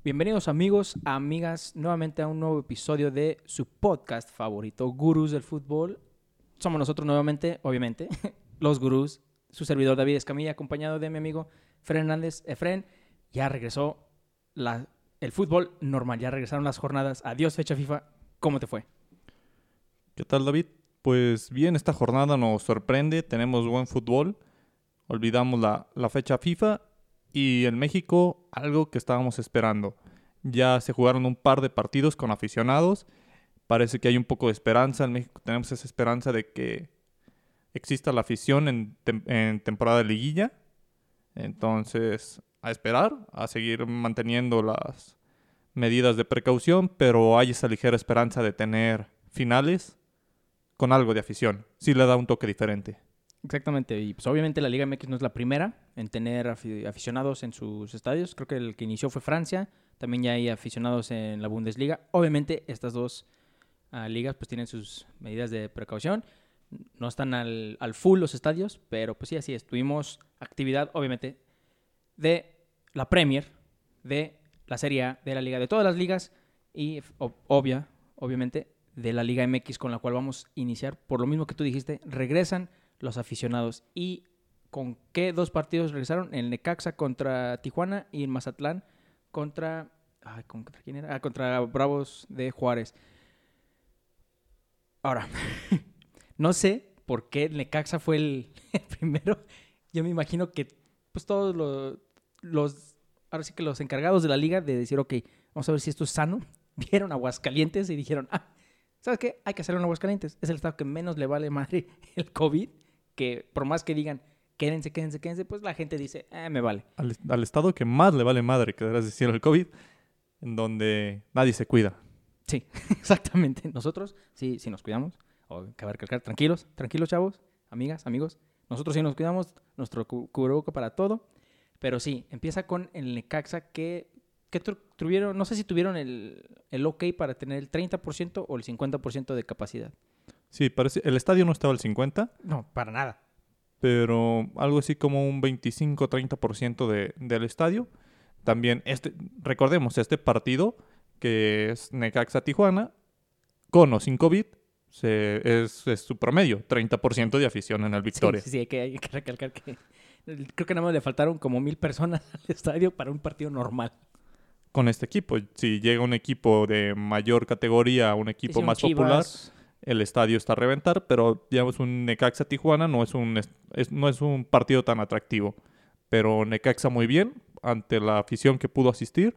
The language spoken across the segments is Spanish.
Bienvenidos amigos, amigas, nuevamente a un nuevo episodio de su podcast favorito, Gurús del Fútbol. Somos nosotros nuevamente, obviamente, los gurús, su servidor David Escamilla, acompañado de mi amigo Fren Hernández. Fren, ya regresó el fútbol normal, ya regresaron las jornadas. Adiós fecha FIFA, ¿cómo te fue? ¿Qué tal, David? Pues bien, esta jornada nos sorprende, tenemos buen fútbol, olvidamos la fecha FIFA y en México algo que estábamos esperando. Ya se jugaron un par de partidos con aficionados, parece que hay un poco de esperanza, en México tenemos esa esperanza de que exista la afición en temporada de liguilla, entonces a esperar, a seguir manteniendo las medidas de precaución, pero hay esa ligera esperanza de tener finales con algo de afición. Sí le da un toque diferente. Exactamente, y pues obviamente la Liga MX no es la primera en tener aficionados en sus estadios. Creo que el que inició fue Francia, también ya hay aficionados en la Bundesliga. Obviamente estas dos ligas pues tienen sus medidas de precaución. No están al full los estadios, pero pues sí, así es. Tuvimos actividad, obviamente, de la Premier, de la Serie A, de la Liga, de todas las ligas y obviamente, de la Liga MX con la cual vamos a iniciar. Por lo mismo que tú dijiste, regresan los aficionados. ¿Y con qué dos partidos regresaron? El Necaxa contra Tijuana y el Mazatlán contra... ¿contra quién era? Contra Bravos de Juárez. Ahora, no sé por qué el Necaxa fue el primero. Yo me imagino que pues todos ahora sí que los encargados de la liga de decir, ok, vamos a ver si esto es sano, vieron Aguascalientes y dijeron, ¿sabes qué? Hay que hacerlo en Aguascalientes. Es el estado que menos le vale madre el COVID, que por más que digan, quédense, pues la gente dice, me vale. Al estado que más le vale madre, que deberás decir, el COVID, en donde nadie se cuida. Sí, exactamente. Nosotros sí nos cuidamos. Cabe recalcar, tranquilos, chavos, amigas, amigos. Nosotros sí nos cuidamos, nuestro cubreboca para todo. Pero sí, empieza con el Necaxa que tuvieron, no sé si tuvieron el ok para tener el 30% o el 50% de capacidad. Sí, parece, el estadio no estaba al 50%. No, para nada. Pero algo así como un 25-30% del estadio. También, recordemos, este partido, que es Necaxa-Tijuana, con o sin COVID, es su promedio, 30% de afición en el Victoria. Sí, hay que recalcar que creo que nada más le faltaron como 1,000 personas al estadio para un partido normal. Con este equipo, si llega un equipo de mayor categoría, un equipo más popular, el estadio está a reventar, pero digamos un Necaxa-Tijuana no es un partido tan atractivo. Pero Necaxa muy bien, ante la afición que pudo asistir,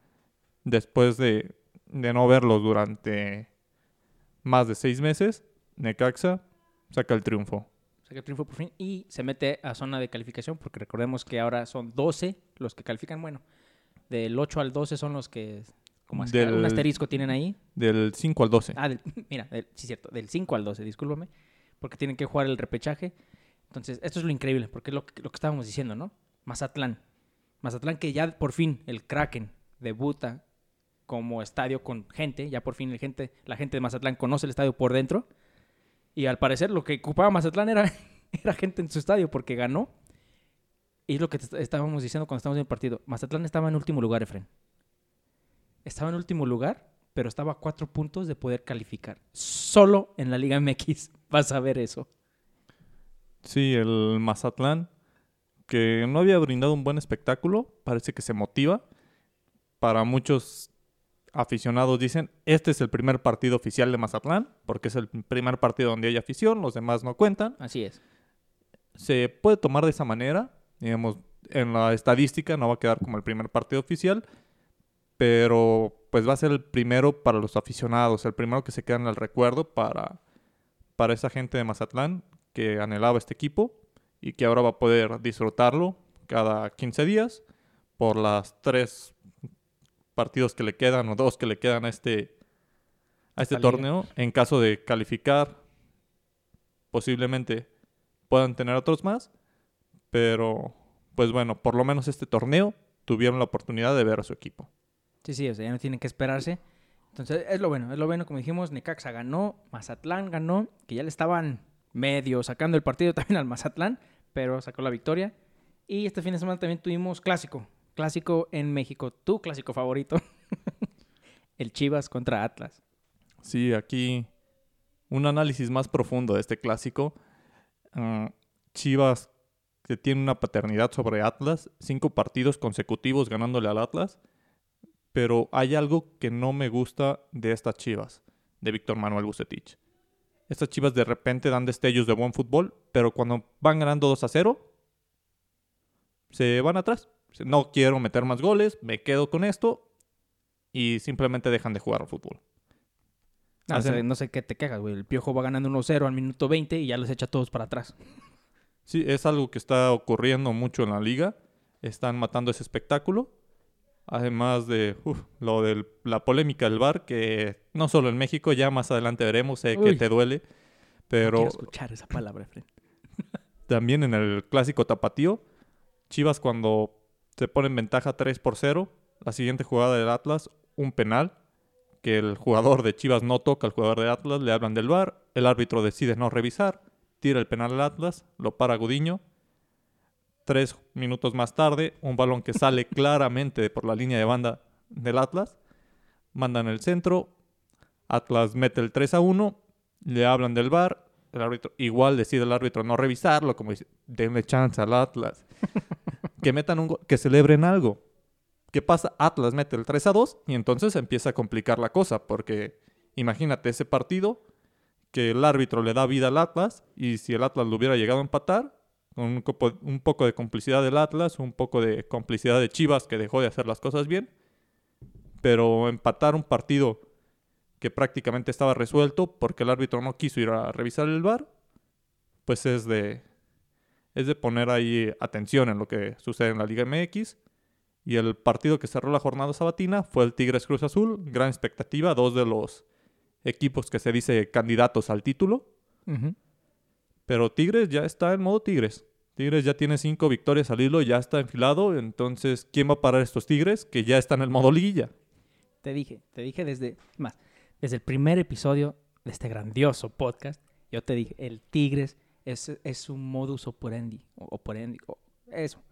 después de no verlos durante más de 6 meses, Necaxa saca el triunfo. Saca el triunfo por fin y se mete a zona de calificación, porque recordemos que ahora son 12 los que califican. Bueno, del 8 al 12 son los que, como un asterisco tienen ahí. Del 5 al 12. Sí, cierto, del 5 al 12, discúlpame, porque tienen que jugar el repechaje. Entonces, esto es lo increíble, porque es lo que estábamos diciendo, ¿no? Mazatlán que ya por fin el Kraken debuta como estadio con gente, ya por fin la gente de Mazatlán conoce el estadio por dentro, y al parecer lo que ocupaba Mazatlán era gente en su estadio, porque ganó. Y es lo que estábamos diciendo cuando estábamos en el partido. Mazatlán estaba en último lugar, Efren. Estaba en último lugar, pero estaba a 4 puntos de poder calificar. Solo en la Liga MX vas a ver eso. Sí, el Mazatlán, que no había brindado un buen espectáculo, parece que se motiva. Para muchos aficionados dicen, este es el primer partido oficial de Mazatlán, porque es el primer partido donde hay afición, los demás no cuentan. Así es. Se puede tomar de esa manera, digamos, en la estadística no va a quedar como el primer partido oficial, pero pues va a ser el primero para los aficionados, el primero que se queda en el recuerdo para esa gente de Mazatlán que anhelaba este equipo y que ahora va a poder disfrutarlo cada 15 días por las 3 partidos que le quedan o 2 que le quedan a este torneo. En caso de calificar, posiblemente puedan tener otros más, pero pues bueno, por lo menos este torneo tuvieron la oportunidad de ver a su equipo. Sí, o sea, ya no tienen que esperarse. Entonces, es lo bueno, como dijimos, Necaxa ganó, Mazatlán ganó, que ya le estaban medio sacando el partido también al Mazatlán, pero sacó la victoria. Y este fin de semana también tuvimos clásico Clásico en México, tu clásico favorito. El Chivas contra Atlas. Sí, aquí un análisis más profundo de este clásico. Chivas que tiene una paternidad sobre Atlas, 5 partidos consecutivos ganándole al Atlas, pero hay algo que no me gusta de estas Chivas, de Víctor Manuel Bucetich. Estas Chivas de repente dan destellos de buen fútbol, pero cuando van ganando 2-0, se van atrás. No quiero meter más goles, me quedo con esto y simplemente dejan de jugar al fútbol. No sé qué te quejas, güey. El Piojo va ganando 1-0 al minuto 20 y ya los echa todos para atrás. Sí, es algo que está ocurriendo mucho en la liga. Están matando ese espectáculo. Además de lo de la polémica del VAR, que no solo en México, ya más adelante veremos, sé que te duele, No pero quiero escuchar esa palabra, Efren. también en el clásico tapatío, Chivas cuando se pone en ventaja 3-0, la siguiente jugada del Atlas, un penal, que el jugador de Chivas no toca al jugador de Atlas, le hablan del VAR, el árbitro decide no revisar, tira el penal al Atlas, lo para Gudiño. 3 minutos más tarde, un balón que sale claramente por la línea de banda del Atlas, mandan el centro, Atlas mete el 3-1, le hablan del VAR, el árbitro igual decide el árbitro no revisarlo, como dice, denle chance al Atlas, que metan un gol, que celebren algo. ¿Qué pasa? Atlas mete el 3-2 y entonces empieza a complicar la cosa, porque imagínate ese partido que el árbitro le da vida al Atlas y si el Atlas lo hubiera llegado a empatar, con un poco de complicidad del Atlas, un poco de complicidad de Chivas que dejó de hacer las cosas bien, pero empatar un partido que prácticamente estaba resuelto porque el árbitro no quiso ir a revisar el VAR, pues es de poner ahí atención en lo que sucede en la Liga MX. Y el partido que cerró la jornada sabatina fue el Tigres Cruz Azul, gran expectativa, 2 de los equipos que se dice candidatos al título. Uh-huh. Pero Tigres ya está en modo Tigres. Tigres ya tiene 5 victorias al hilo, ya está enfilado. Entonces, ¿quién va a parar estos Tigres que ya están en el modo liguilla? Te dije desde el primer episodio de este grandioso podcast, yo te dije, el Tigres es un modus operandi, eso.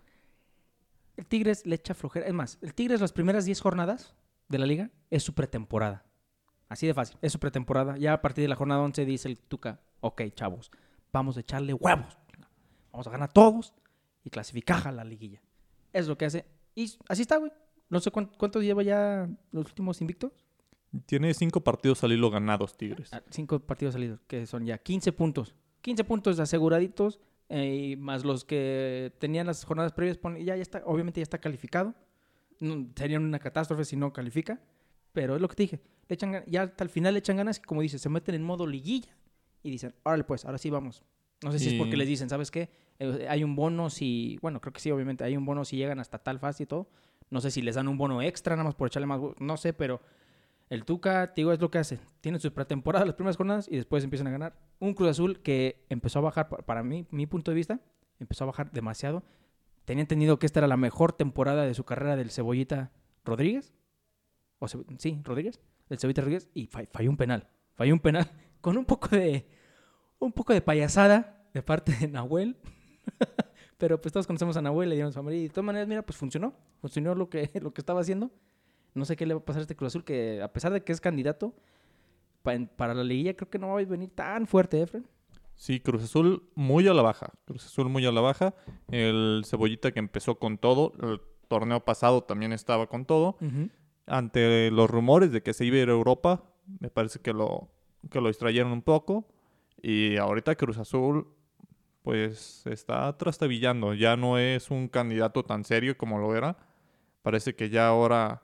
El Tigres le echa flojera. Es más, el Tigres las primeras 10 jornadas de la liga es su pretemporada. Así de fácil, es su pretemporada. Ya a partir de la jornada 11 dice el Tuca, ok, chavos, vamos a echarle huevos. Vamos a ganar todos y clasificar a la liguilla. Es lo que hace. Y así está, güey. No sé cuánto lleva ya los últimos invictos. Tiene 5 partidos al hilo ganados Tigres. 5 partidos salidos, que son ya 15 puntos. 15 puntos aseguraditos, más los que tenían las jornadas previas. Ya está, obviamente ya está calificado. No, sería una catástrofe si no califica. Pero es lo que te dije. Ya hasta el final le echan ganas y, como dices, se meten en modo liguilla y dicen, órale pues, ahora sí vamos. No sé si es porque les dicen, ¿sabes qué? Hay un bono si... Bueno, creo que sí, obviamente. Hay un bono si llegan hasta tal fase y todo. No sé si les dan un bono extra nada más por echarle más... No sé, pero el Tuca, te digo, es lo que hace. Tiene su pretemporada las primeras jornadas y después empiezan a ganar. Un Cruz Azul que empezó a bajar, para mí, mi punto de vista, empezó a bajar demasiado. Tenía entendido que esta era la mejor temporada de su carrera del Cebollita Rodríguez. Sí, Rodríguez. El Cebollita Rodríguez. Y falló un penal. Falló un penal con un poco de payasada de parte de Nahuel. Pero pues todos conocemos a Nahuel, le dieron su amarillo. Y de todas maneras, mira, pues funcionó. Funcionó lo que estaba haciendo. No sé qué le va a pasar a este Cruz Azul, que a pesar de que es candidato para la liguilla, creo que no va a venir tan fuerte, Efren. Sí, Cruz Azul muy a la baja. Cruz Azul muy a la baja. El Cebollita que empezó con todo. El torneo pasado también estaba con todo. Uh-huh. Ante los rumores de que se iba a ir a Europa, me parece que lo distrayeron un poco. Y ahorita Cruz Azul pues está trastabillando. Ya no es un candidato tan serio como lo era. Parece que ya ahora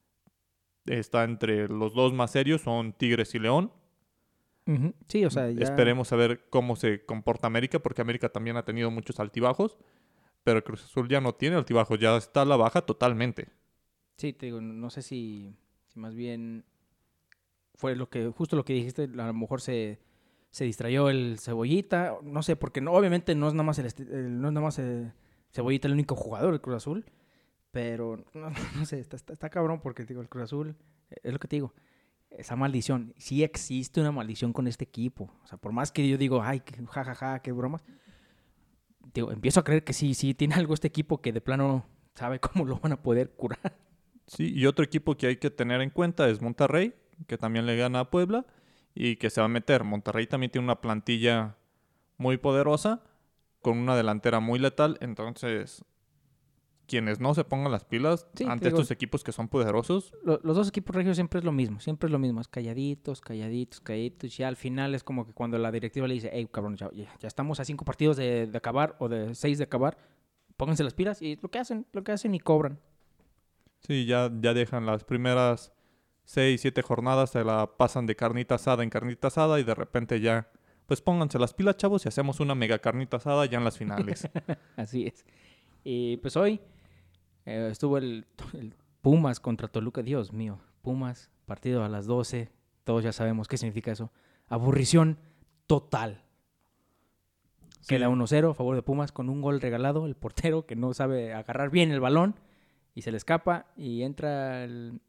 está entre los dos más serios, son Tigres y León. Uh-huh. Sí, o sea, ya... Esperemos a ver cómo se comporta América, porque América también ha tenido muchos altibajos. Pero Cruz Azul ya no tiene altibajos, ya está a la baja totalmente. Sí, te digo, no sé si más bien fue justo lo que dijiste, a lo mejor se distrayó el Cebollita, no sé, porque obviamente no es nada más Cebollita el único jugador del Cruz Azul, pero no sé, está cabrón porque digo, el Cruz Azul, es lo que te digo, esa maldición, sí existe una maldición con este equipo, o sea, por más que yo digo, ay, jajaja, qué bromas, digo, empiezo a creer que sí tiene algo este equipo que de plano sabe cómo lo van a poder curar. Sí, y otro equipo que hay que tener en cuenta es Monterrey, que también le gana a Puebla y que se va a meter. Monterrey también tiene una plantilla muy poderosa, con una delantera muy letal, entonces quienes no se pongan las pilas Sí, te ante digo, estos equipos que son poderosos, los dos equipos regios siempre es lo mismo, es calladitos, calladitos, calladitos, y al final es como que cuando la directiva le dice, hey, cabrón, ya estamos a 5 partidos de acabar, o de 6 de acabar, pónganse las pilas, y lo que hacen y cobran. sí, ya dejan las primeras 6, 7 jornadas, se la pasan de carnita asada en carnita asada y de repente ya, pues pónganse las pilas, chavos, y hacemos una mega carnita asada ya en las finales. Así es. Y pues hoy estuvo el Pumas contra Toluca. Dios mío, Pumas, partido a las 12. Todos ya sabemos qué significa eso. Aburrición total. Sí, Queda 1-0 a favor de Pumas con un gol regalado. El portero que no sabe agarrar bien el balón y se le escapa y entra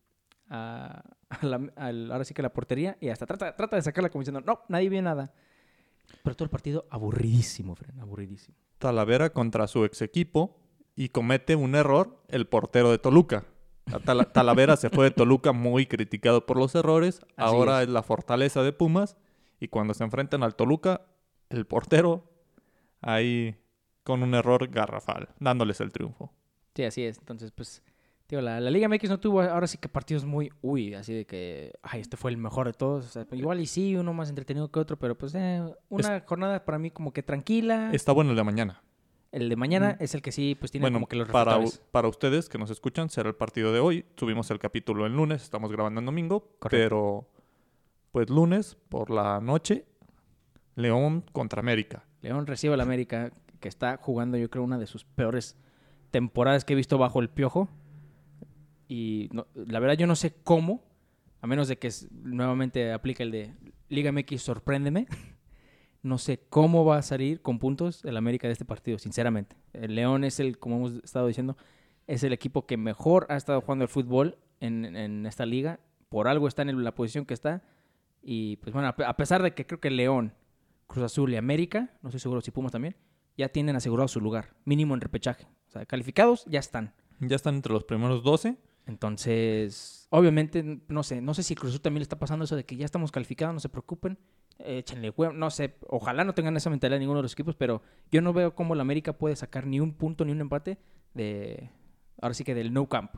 ahora sí que a la portería y hasta trata de sacarla como diciendo, no, nadie vio nada. Pero todo el partido aburridísimo, Fren, aburridísimo. Talavera contra su ex equipo y comete un error el portero de Toluca. Talavera se fue de Toluca muy criticado por los errores. Así Ahora es. es la fortaleza de Pumas. Y cuando se enfrentan al Toluca, el portero ahí con un error garrafal, dándoles el triunfo. Sí, así es. Entonces, pues, digo, la Liga MX no tuvo ahora sí que partidos muy, así de que, ay, este fue el mejor de todos. O sea, igual y sí, uno más entretenido que otro, pero pues una jornada para mí como que tranquila. Está bueno el de mañana. El de mañana es el que sí, pues tiene Bueno, como que los para reflectores. ustedes que nos escuchan, será el partido de hoy. Subimos el capítulo el lunes, estamos grabando en domingo, Correcto. pero pues lunes por la noche, León contra América. León recibe al América, que está jugando, yo creo, una de sus peores temporadas que he visto bajo el Piojo. Y la verdad yo no sé cómo, a menos de que nuevamente aplique el de Liga MX, sorpréndeme. No sé cómo va a salir con puntos el América de este partido, sinceramente. El León es como hemos estado diciendo, es el equipo que mejor ha estado jugando el fútbol en esta liga. Por algo está en la posición que está. Y pues bueno, a pesar de que creo que León, Cruz Azul y América, no estoy seguro si Pumas también, ya tienen asegurado su lugar, mínimo en repechaje. O sea, calificados ya están. Ya están entre los primeros 12. Entonces, obviamente, no sé si Cruz Azul también le está pasando eso de que ya estamos calificados, no se preocupen, échenle huevo, no sé, ojalá no tengan esa mentalidad ninguno de los equipos, pero yo no veo cómo la América puede sacar ni un punto ni un empate ahora sí que del no camp.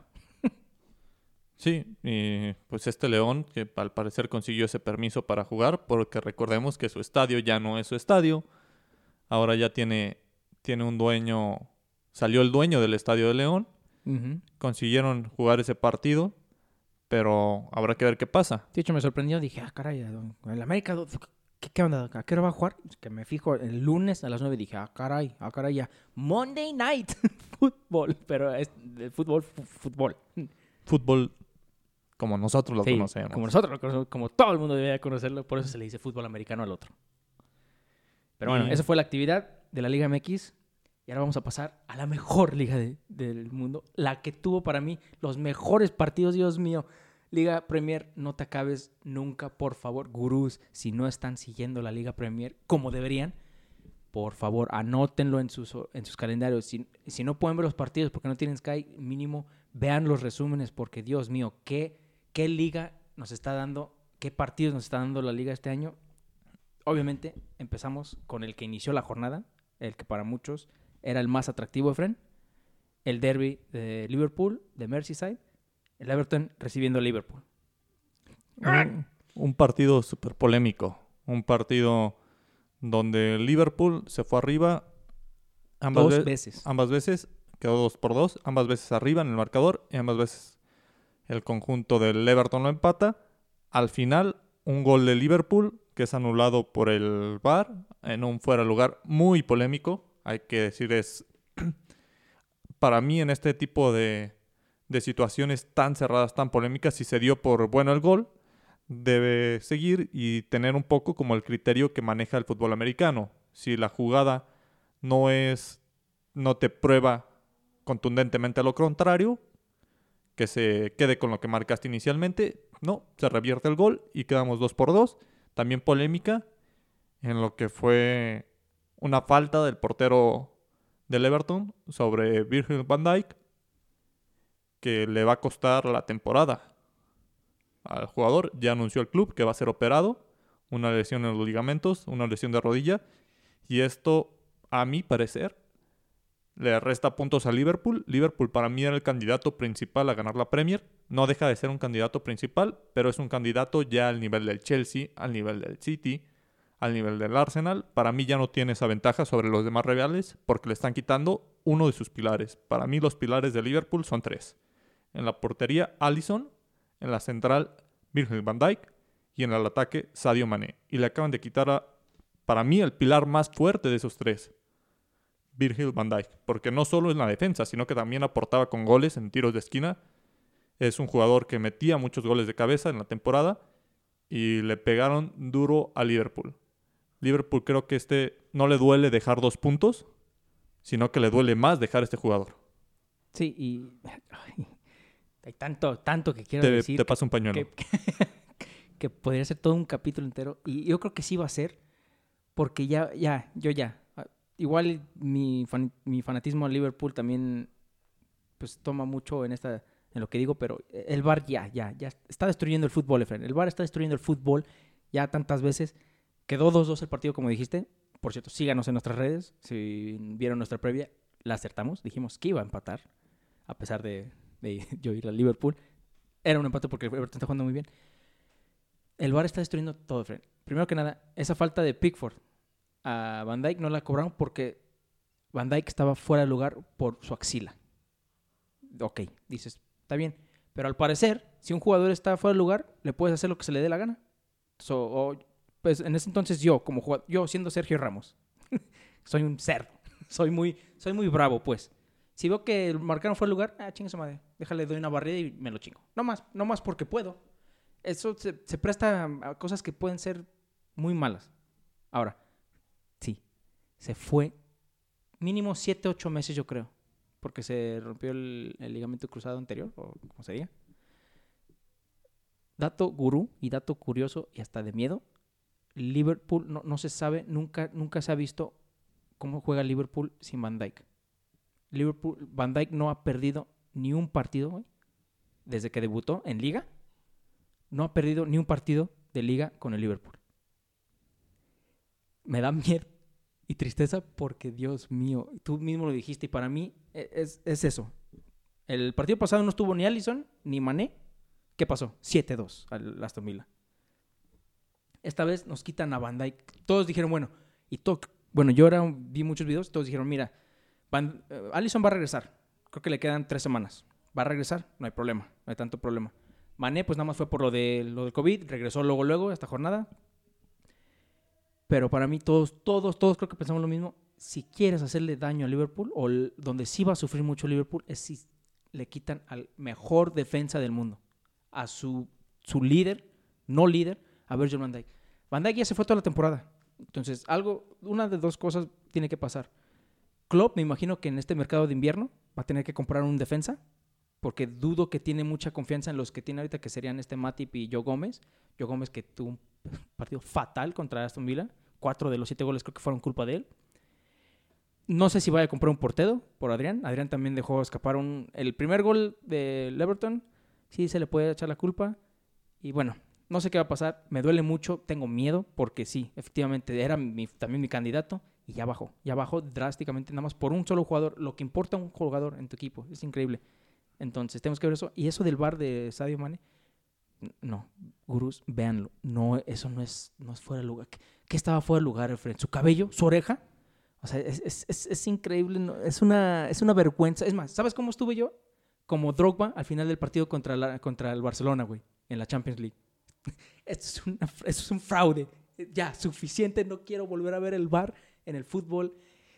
Sí, y pues este León, que al parecer consiguió ese permiso para jugar, porque recordemos que su estadio ya no es su estadio. Ahora ya tiene un dueño, salió el dueño del estadio de León. Uh-huh. Consiguieron jugar ese partido, pero habrá que ver qué pasa. De hecho, me sorprendió, dije, caray, el América, ¿qué onda? ¿A qué hora va a jugar? Que me fijo el lunes a las 9, dije, caray, ya. Monday Night Football, pero es fútbol. Fútbol como nosotros lo Sí, conocemos. como nosotros lo conocemos, como todo el mundo debería conocerlo, por eso se le dice fútbol americano al otro. Pero bueno, esa fue la actividad de la Liga MX. Y ahora vamos a pasar a la mejor liga del mundo. La que tuvo para mí los mejores partidos, Dios mío. Liga Premier, no te acabes nunca, por favor. Gurús, si no están siguiendo la Liga Premier como deberían, por favor, anótenlo en sus calendarios. Si no pueden ver los partidos porque no tienen Sky, mínimo vean los resúmenes porque, Dios mío, ¿qué liga nos está dando? ¿Qué partidos nos está dando la liga este año? Obviamente, empezamos con el que inició la jornada, el que para muchos era el más atractivo, Efren. El derby de Liverpool, de Merseyside. El Everton recibiendo a Liverpool. Un partido súper polémico. Un partido donde Liverpool se fue arriba Dos veces. Ambas veces quedó 2-2. Ambas veces arriba en el marcador y ambas veces el conjunto del Everton lo empata. Al final, un gol de Liverpool que es anulado por el VAR en un fuera de lugar muy polémico. Hay que decir, es para mí en este tipo de situaciones tan cerradas, tan polémicas, si se dio por bueno el gol, debe seguir y tener un poco como el criterio que maneja el fútbol americano. Si la jugada no te prueba contundentemente lo contrario, que se quede con lo que marcaste inicialmente, no, se revierte el gol y quedamos 2-2. También polémica en lo que fue una falta del portero del Everton sobre Virgil van Dijk, que le va a costar la temporada al jugador. Ya anunció el club que va a ser operado, una lesión en los ligamentos, una lesión de rodilla, y esto, a mi parecer, le resta puntos a Liverpool. Liverpool para mí era el candidato principal a ganar la Premier. No deja de ser un candidato principal, pero es un candidato ya al nivel del Chelsea, al nivel del City, al nivel del Arsenal. Para mí ya no tiene esa ventaja sobre los demás rivales porque le están quitando uno de sus pilares. Para mí los pilares de Liverpool son 3. En la portería, Alisson. En la central, Virgil van Dijk. Y en el ataque, Sadio Mané. Y le acaban de quitar para mí el pilar más fuerte de esos 3. Virgil van Dijk, porque no solo en la defensa, sino que también aportaba con goles en tiros de esquina. Es un jugador que metía muchos goles de cabeza en la temporada y le pegaron duro a Liverpool. Liverpool creo que no le duele dejar 2 puntos, sino que le duele más dejar a este jugador. Sí, y hay tanto que quiero decir. Te paso un pañuelo. Que podría ser todo un capítulo entero. Y yo creo que sí va a ser, porque igual mi fanatismo a Liverpool también pues toma mucho en lo que digo, pero el VAR ya está destruyendo el fútbol, Efraín. El VAR está destruyendo el fútbol ya tantas veces. Quedó 2-2 el partido, como dijiste. Por cierto, síganos en nuestras redes. Si vieron nuestra previa, la acertamos. Dijimos que iba a empatar, a pesar de yo ir a Liverpool. Era un empate porque Everton está jugando muy bien. El VAR está destruyendo todo, Efraín. Primero que nada, esa falta de Pickford a Van Dijk no la cobraron porque Van Dijk estaba fuera de lugar por su axila. Ok, dices, está bien. Pero al parecer, si un jugador está fuera de lugar, le puedes hacer lo que se le dé la gana. Pues en ese entonces yo, como jugador, yo siendo Sergio Ramos, soy un cerdo. Soy muy bravo, pues. Si veo que marcaron fuera de lugar, chinga su madre. Déjale, doy una barrida y me lo chingo. No más porque puedo. Eso se presta a cosas que pueden ser muy malas. Ahora, sí, se fue mínimo 7, 8 meses, yo creo. Porque se rompió el ligamento cruzado anterior, o como se diga. Dato gurú y dato curioso y hasta de miedo. Liverpool no se sabe, nunca se ha visto cómo juega Liverpool sin Van Dijk. Van Dijk no ha perdido ni un partido, güey, desde que debutó en Liga. No ha perdido ni un partido de Liga con el Liverpool. Me da miedo y tristeza porque, Dios mío, tú mismo lo dijiste y para mí es eso. El partido pasado no estuvo ni Alisson ni Mané. ¿Qué pasó? 7-2 al Aston Villa. Esta vez nos quitan a Van Dijk. Todos dijeron, yo vi muchos videos, todos dijeron, mira, Alisson va a regresar. Creo que le quedan 3 semanas. Va a regresar, no hay problema, no hay tanto problema. Mané pues nada más fue por lo del COVID, regresó luego esta jornada. Pero para mí todos creo que pensamos lo mismo. Si quieres hacerle daño a Liverpool, o donde sí va a sufrir mucho Liverpool, es si le quitan al mejor defensa del mundo. A su líder, no líder, a Virgil van Dijk. Van Dijk ya se fue toda la temporada. Entonces, una de 2 cosas tiene que pasar. Klopp, me imagino que en este mercado de invierno va a tener que comprar un defensa, porque dudo que tiene mucha confianza en los que tiene ahorita, que serían Matip y Joe Gómez. Joe Gómez que tuvo un partido fatal contra Aston Villa. 4 de los 7 goles creo que fueron culpa de él. No sé si vaya a comprar un portero por Adrián. Adrián también dejó escapar el primer gol del Everton. Sí, se le puede echar la culpa. Y bueno, no sé qué va a pasar. Me duele mucho, tengo miedo, porque sí, efectivamente era también mi candidato. Y ya bajó drásticamente, nada más por un solo jugador. Lo que importa un jugador en tu equipo, es increíble. Entonces, tenemos que ver eso. Y eso del VAR de Sadio Mané, no, gurús, véanlo. No, eso no es fuera de lugar. ¿Qué estaba fuera de lugar, Efraín? ¿Su cabello? ¿Su oreja? O sea, es increíble. ¿No? Es una vergüenza. Es más, ¿sabes cómo estuve yo? Como Drogba al final del partido contra el Barcelona, güey, en la Champions League. Esto es un fraude. Ya, suficiente. No quiero volver a ver el VAR en el fútbol.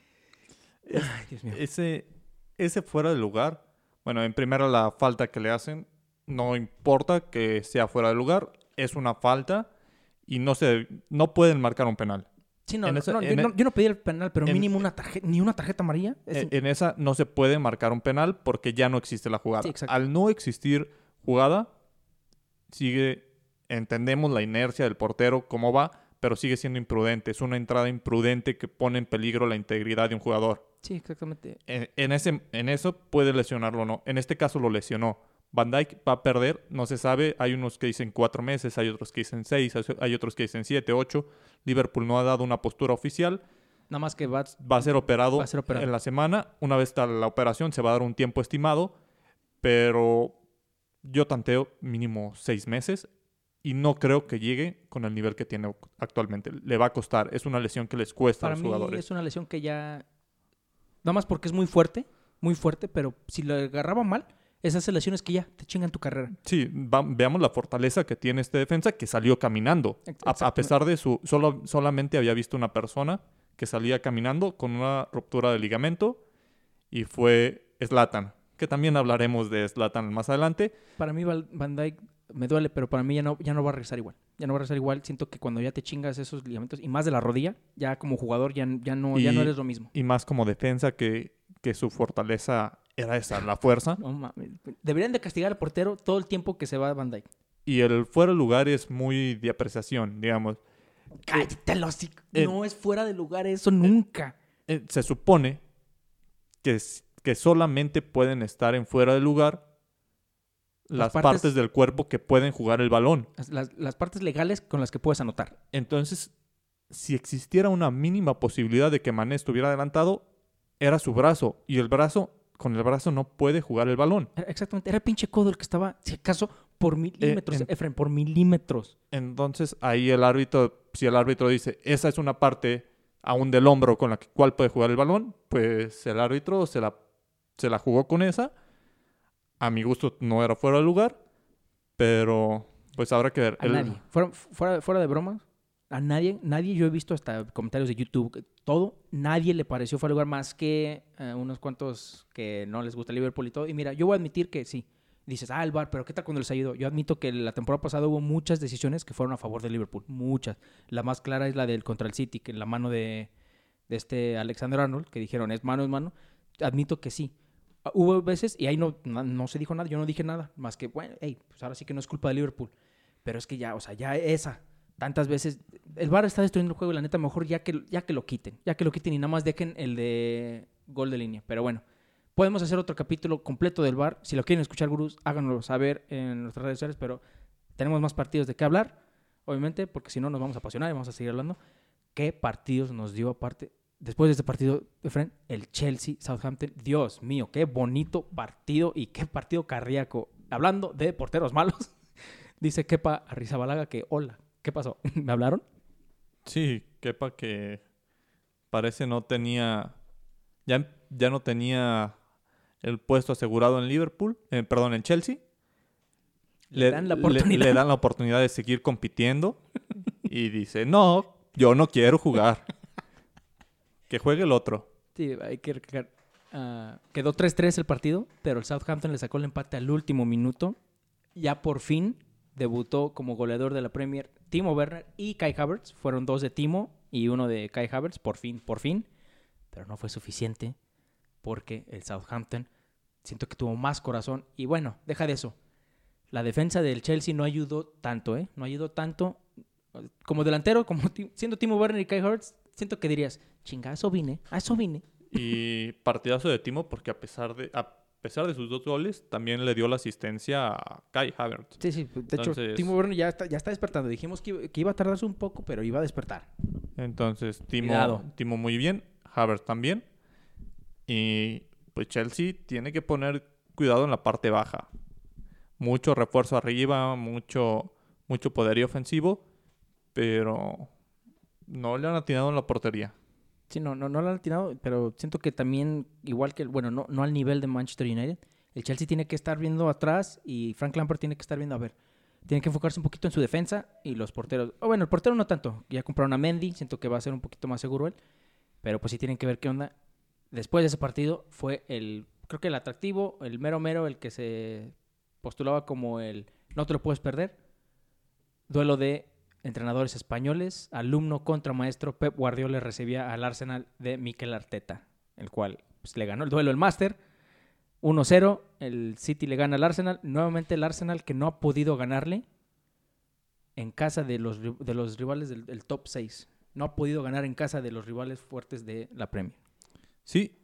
Ay, Dios mío. Ese fuera de lugar. Bueno, en primera la falta que le hacen, no importa que sea fuera de lugar, es una falta y no pueden marcar un penal. Sí, yo no pedí el penal, pero mínimo ni una tarjeta amarilla. En esa no se puede marcar un penal porque ya no existe la jugada. Sí, exacto. Al no existir jugada, entendemos la inercia del portero, cómo va, pero sigue siendo imprudente. Es una entrada imprudente que pone en peligro la integridad de un jugador. Sí, exactamente. En eso puede lesionarlo o no. En este caso lo lesionó. Van Dijk va a perder, no se sabe. Hay unos que dicen 4 meses, hay otros que dicen 6, hay otros que dicen 7, 8. Liverpool no ha dado una postura oficial. Nada más que va Va a ser operado a ser operado en la semana. Una vez está la operación, se va a dar un tiempo estimado. Pero yo tanteo mínimo 6 meses. Y no creo que llegue con el nivel que tiene actualmente. Le va a costar. Es una lesión que les cuesta a Para los mí jugadores. es una lesión que ya... Nada más porque es muy fuerte, pero si lo agarraba mal, esas lesiones que ya te chingan tu carrera. Sí, veamos la fortaleza que tiene este defensa que salió caminando. A pesar de su... solamente había visto una persona que salía caminando con una ruptura de ligamento y fue Zlatan, que también hablaremos de Zlatan más adelante. Para mí Van Dijk me duele, pero para mí ya no va a regresar igual. Ya no va a regresar igual. Siento que cuando ya te chingas esos ligamentos, y más de la rodilla, ya como jugador ya no eres lo mismo. Y más como defensa que su fortaleza era esa, la fuerza. No mames. Deberían de castigar al portero todo el tiempo que se va Van Dijk. Y el fuera de lugar es muy de apreciación, digamos. ¡Cállate el hocico! No es fuera de lugar eso nunca. Se supone que solamente pueden estar en fuera de lugar las partes del cuerpo que pueden jugar el balón. Las partes legales con las que puedes anotar. Entonces, si existiera una mínima posibilidad de que Mané estuviera adelantado, era su brazo. Y con el brazo no puede jugar el balón. Exactamente. Era el pinche codo el que estaba, si acaso, por milímetros. Efraín, por milímetros. Entonces, ahí si el árbitro dice, esa es una parte aún del hombro con la cual puede jugar el balón, pues el árbitro se la jugó con esa. A mi gusto no era fuera de lugar, pero pues habrá que ver. A nadie. Fuera de bromas, a nadie yo he visto hasta comentarios de YouTube, nadie le pareció fuera de lugar más que unos cuantos que no les gusta el Liverpool y todo. Y mira, yo voy a admitir que sí. Dices, el VAR, pero ¿qué tal cuando les ayudó? Yo admito que la temporada pasada hubo muchas decisiones que fueron a favor de Liverpool. Muchas. La más clara es la del contra el City, que en la mano de este Alexander Arnold, que dijeron, es mano. Admito que sí. Hubo veces, y ahí no se dijo nada, yo no dije nada, más que, bueno, pues ahora sí que no es culpa de Liverpool. Pero es que ya, o sea, ya tantas veces, el VAR está destruyendo el juego y la neta, mejor ya que lo quiten y nada más dejen el de gol de línea. Pero bueno, podemos hacer otro capítulo completo del VAR. Si lo quieren escuchar, gurús, háganlo saber en nuestras redes sociales, pero tenemos más partidos de qué hablar, obviamente, porque si no nos vamos a apasionar y vamos a seguir hablando. ¿Qué partidos nos dio aparte? Después de este partido, Efraín, el Chelsea-Southampton, Dios mío, qué bonito partido y qué partido cardíaco. Hablando de porteros malos, dice Kepa Arrizabalaga que, hola, ¿qué pasó? ¿Me hablaron? Sí, Kepa que parece no tenía, ya no tenía el puesto asegurado en Liverpool, en Chelsea. Le dan la oportunidad. Le dan la oportunidad de seguir compitiendo y dice, no, yo no quiero jugar. Que juegue el otro. Sí, hay que recalcar. Quedó 3-3 el partido, pero el Southampton le sacó el empate al último minuto. Ya por fin debutó como goleador de la Premier Timo Werner y Kai Havertz. Fueron 2 de Timo y 1 de Kai Havertz, por fin. Pero no fue suficiente porque el Southampton siento que tuvo más corazón. Y bueno, deja de eso. La defensa del Chelsea no ayudó tanto, ¿eh? No ayudó tanto. Como delantero, siendo Timo Werner y Kai Havertz, siento que dirías, chinga, a eso vine. Y partidazo de Timo porque a pesar de sus 2 goles, también le dio la asistencia a Kai Havertz. Sí. De hecho, Timo Werner ya está despertando. Dijimos que iba a tardarse un poco, pero iba a despertar. Entonces, Timo muy bien, Havertz también. Y pues Chelsea tiene que poner cuidado en la parte baja. Mucho refuerzo arriba, mucho poderío ofensivo, pero no le han atinado en la portería. Sí, no le han atinado, pero siento que también, igual que, bueno, no al nivel de Manchester United, el Chelsea tiene que estar viendo atrás y Frank Lampard tiene que estar viendo, tiene que enfocarse un poquito en su defensa y los porteros. Bueno, el portero no tanto, ya compraron a Mendy, siento que va a ser un poquito más seguro él, pero pues sí tienen que ver qué onda. Después de ese partido fue creo que el atractivo, el mero, el que se postulaba como el no te lo puedes perder. Duelo de entrenadores españoles, alumno contra maestro. Pep Guardiola recibía al Arsenal de Mikel Arteta, el cual pues, le ganó el duelo el Máster 1-0. El City le gana al Arsenal. Nuevamente el Arsenal que no ha podido ganarle en casa de los rivales del top 6. No ha podido ganar en casa de los rivales fuertes de la Premier. Sí,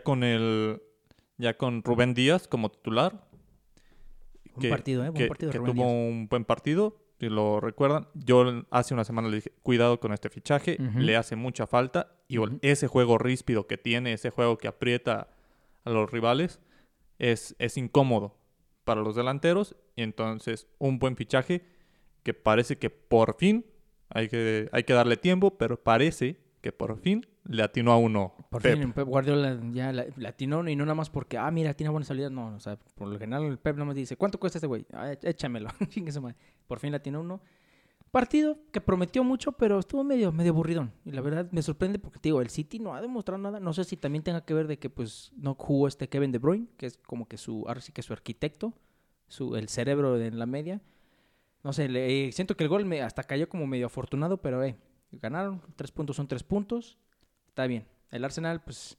ya con Rubén Díaz como titular, Buen partido, que, buen partido de que Rubén tuvo Díaz. un buen partido, si lo recuerdan. Yo hace una semana le dije, cuidado con este fichaje, Ujú. le hace mucha falta. Y Ujú. ese juego ríspido que tiene, ese juego que aprieta a los rivales, es incómodo para los delanteros. Y entonces, un buen fichaje que parece que por fin, hay que darle tiempo, pero parece que por fin le atinó a uno Por Pep. fin, Pep Guardiola ya la atinó y no nada más porque, mira, tiene buena salida. No, o sea, por lo general el Pep nada más dice, ¿cuánto cuesta este güey? Échamelo. Chingue su madre. Por fin la atinó uno. Partido que prometió mucho, pero estuvo medio aburridón. Y la verdad me sorprende porque, te digo, el City no ha demostrado nada. No sé si también tenga que ver de que, pues, no jugó Kevin De Bruyne, que es como que ahora sí que su arquitecto, el cerebro en la media. No sé, siento que el gol hasta cayó como medio afortunado, pero, ganaron. 3 puntos son 3 puntos. Está bien. El Arsenal, pues,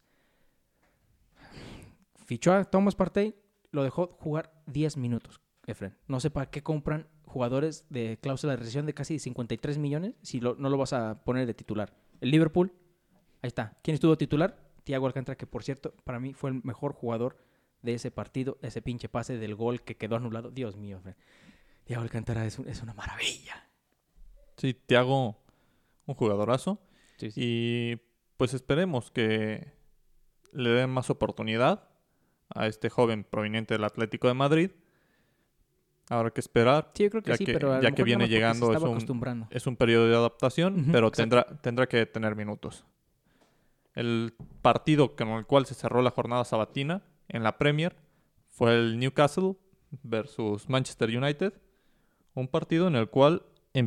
fichó a Thomas Partey, lo dejó jugar 10 minutos, Efren. No sé para qué compran jugadores de cláusula de rescisión de casi 53 millones si no lo vas a poner de titular. El Liverpool, ahí está. ¿Quién estuvo titular? Thiago Alcántara, que por cierto, para mí fue el mejor jugador de ese partido, ese pinche pase del gol que quedó anulado. Dios mío, Efren. Thiago Alcántara es una maravilla. Sí, Thiago, un jugadorazo. Sí, sí. Y pues esperemos que le den más oportunidad a este joven proveniente del Atlético de Madrid. Habrá que esperar, Sí, yo creo que sí, pero a lo ya que mejor nada viene más porque se llegando estaba acostumbrando. es un periodo de adaptación, Ujú, pero exacto. tendrá que tener minutos. El partido con el cual se cerró la jornada sabatina en la Premier fue el Newcastle versus Manchester United. Un partido en el cual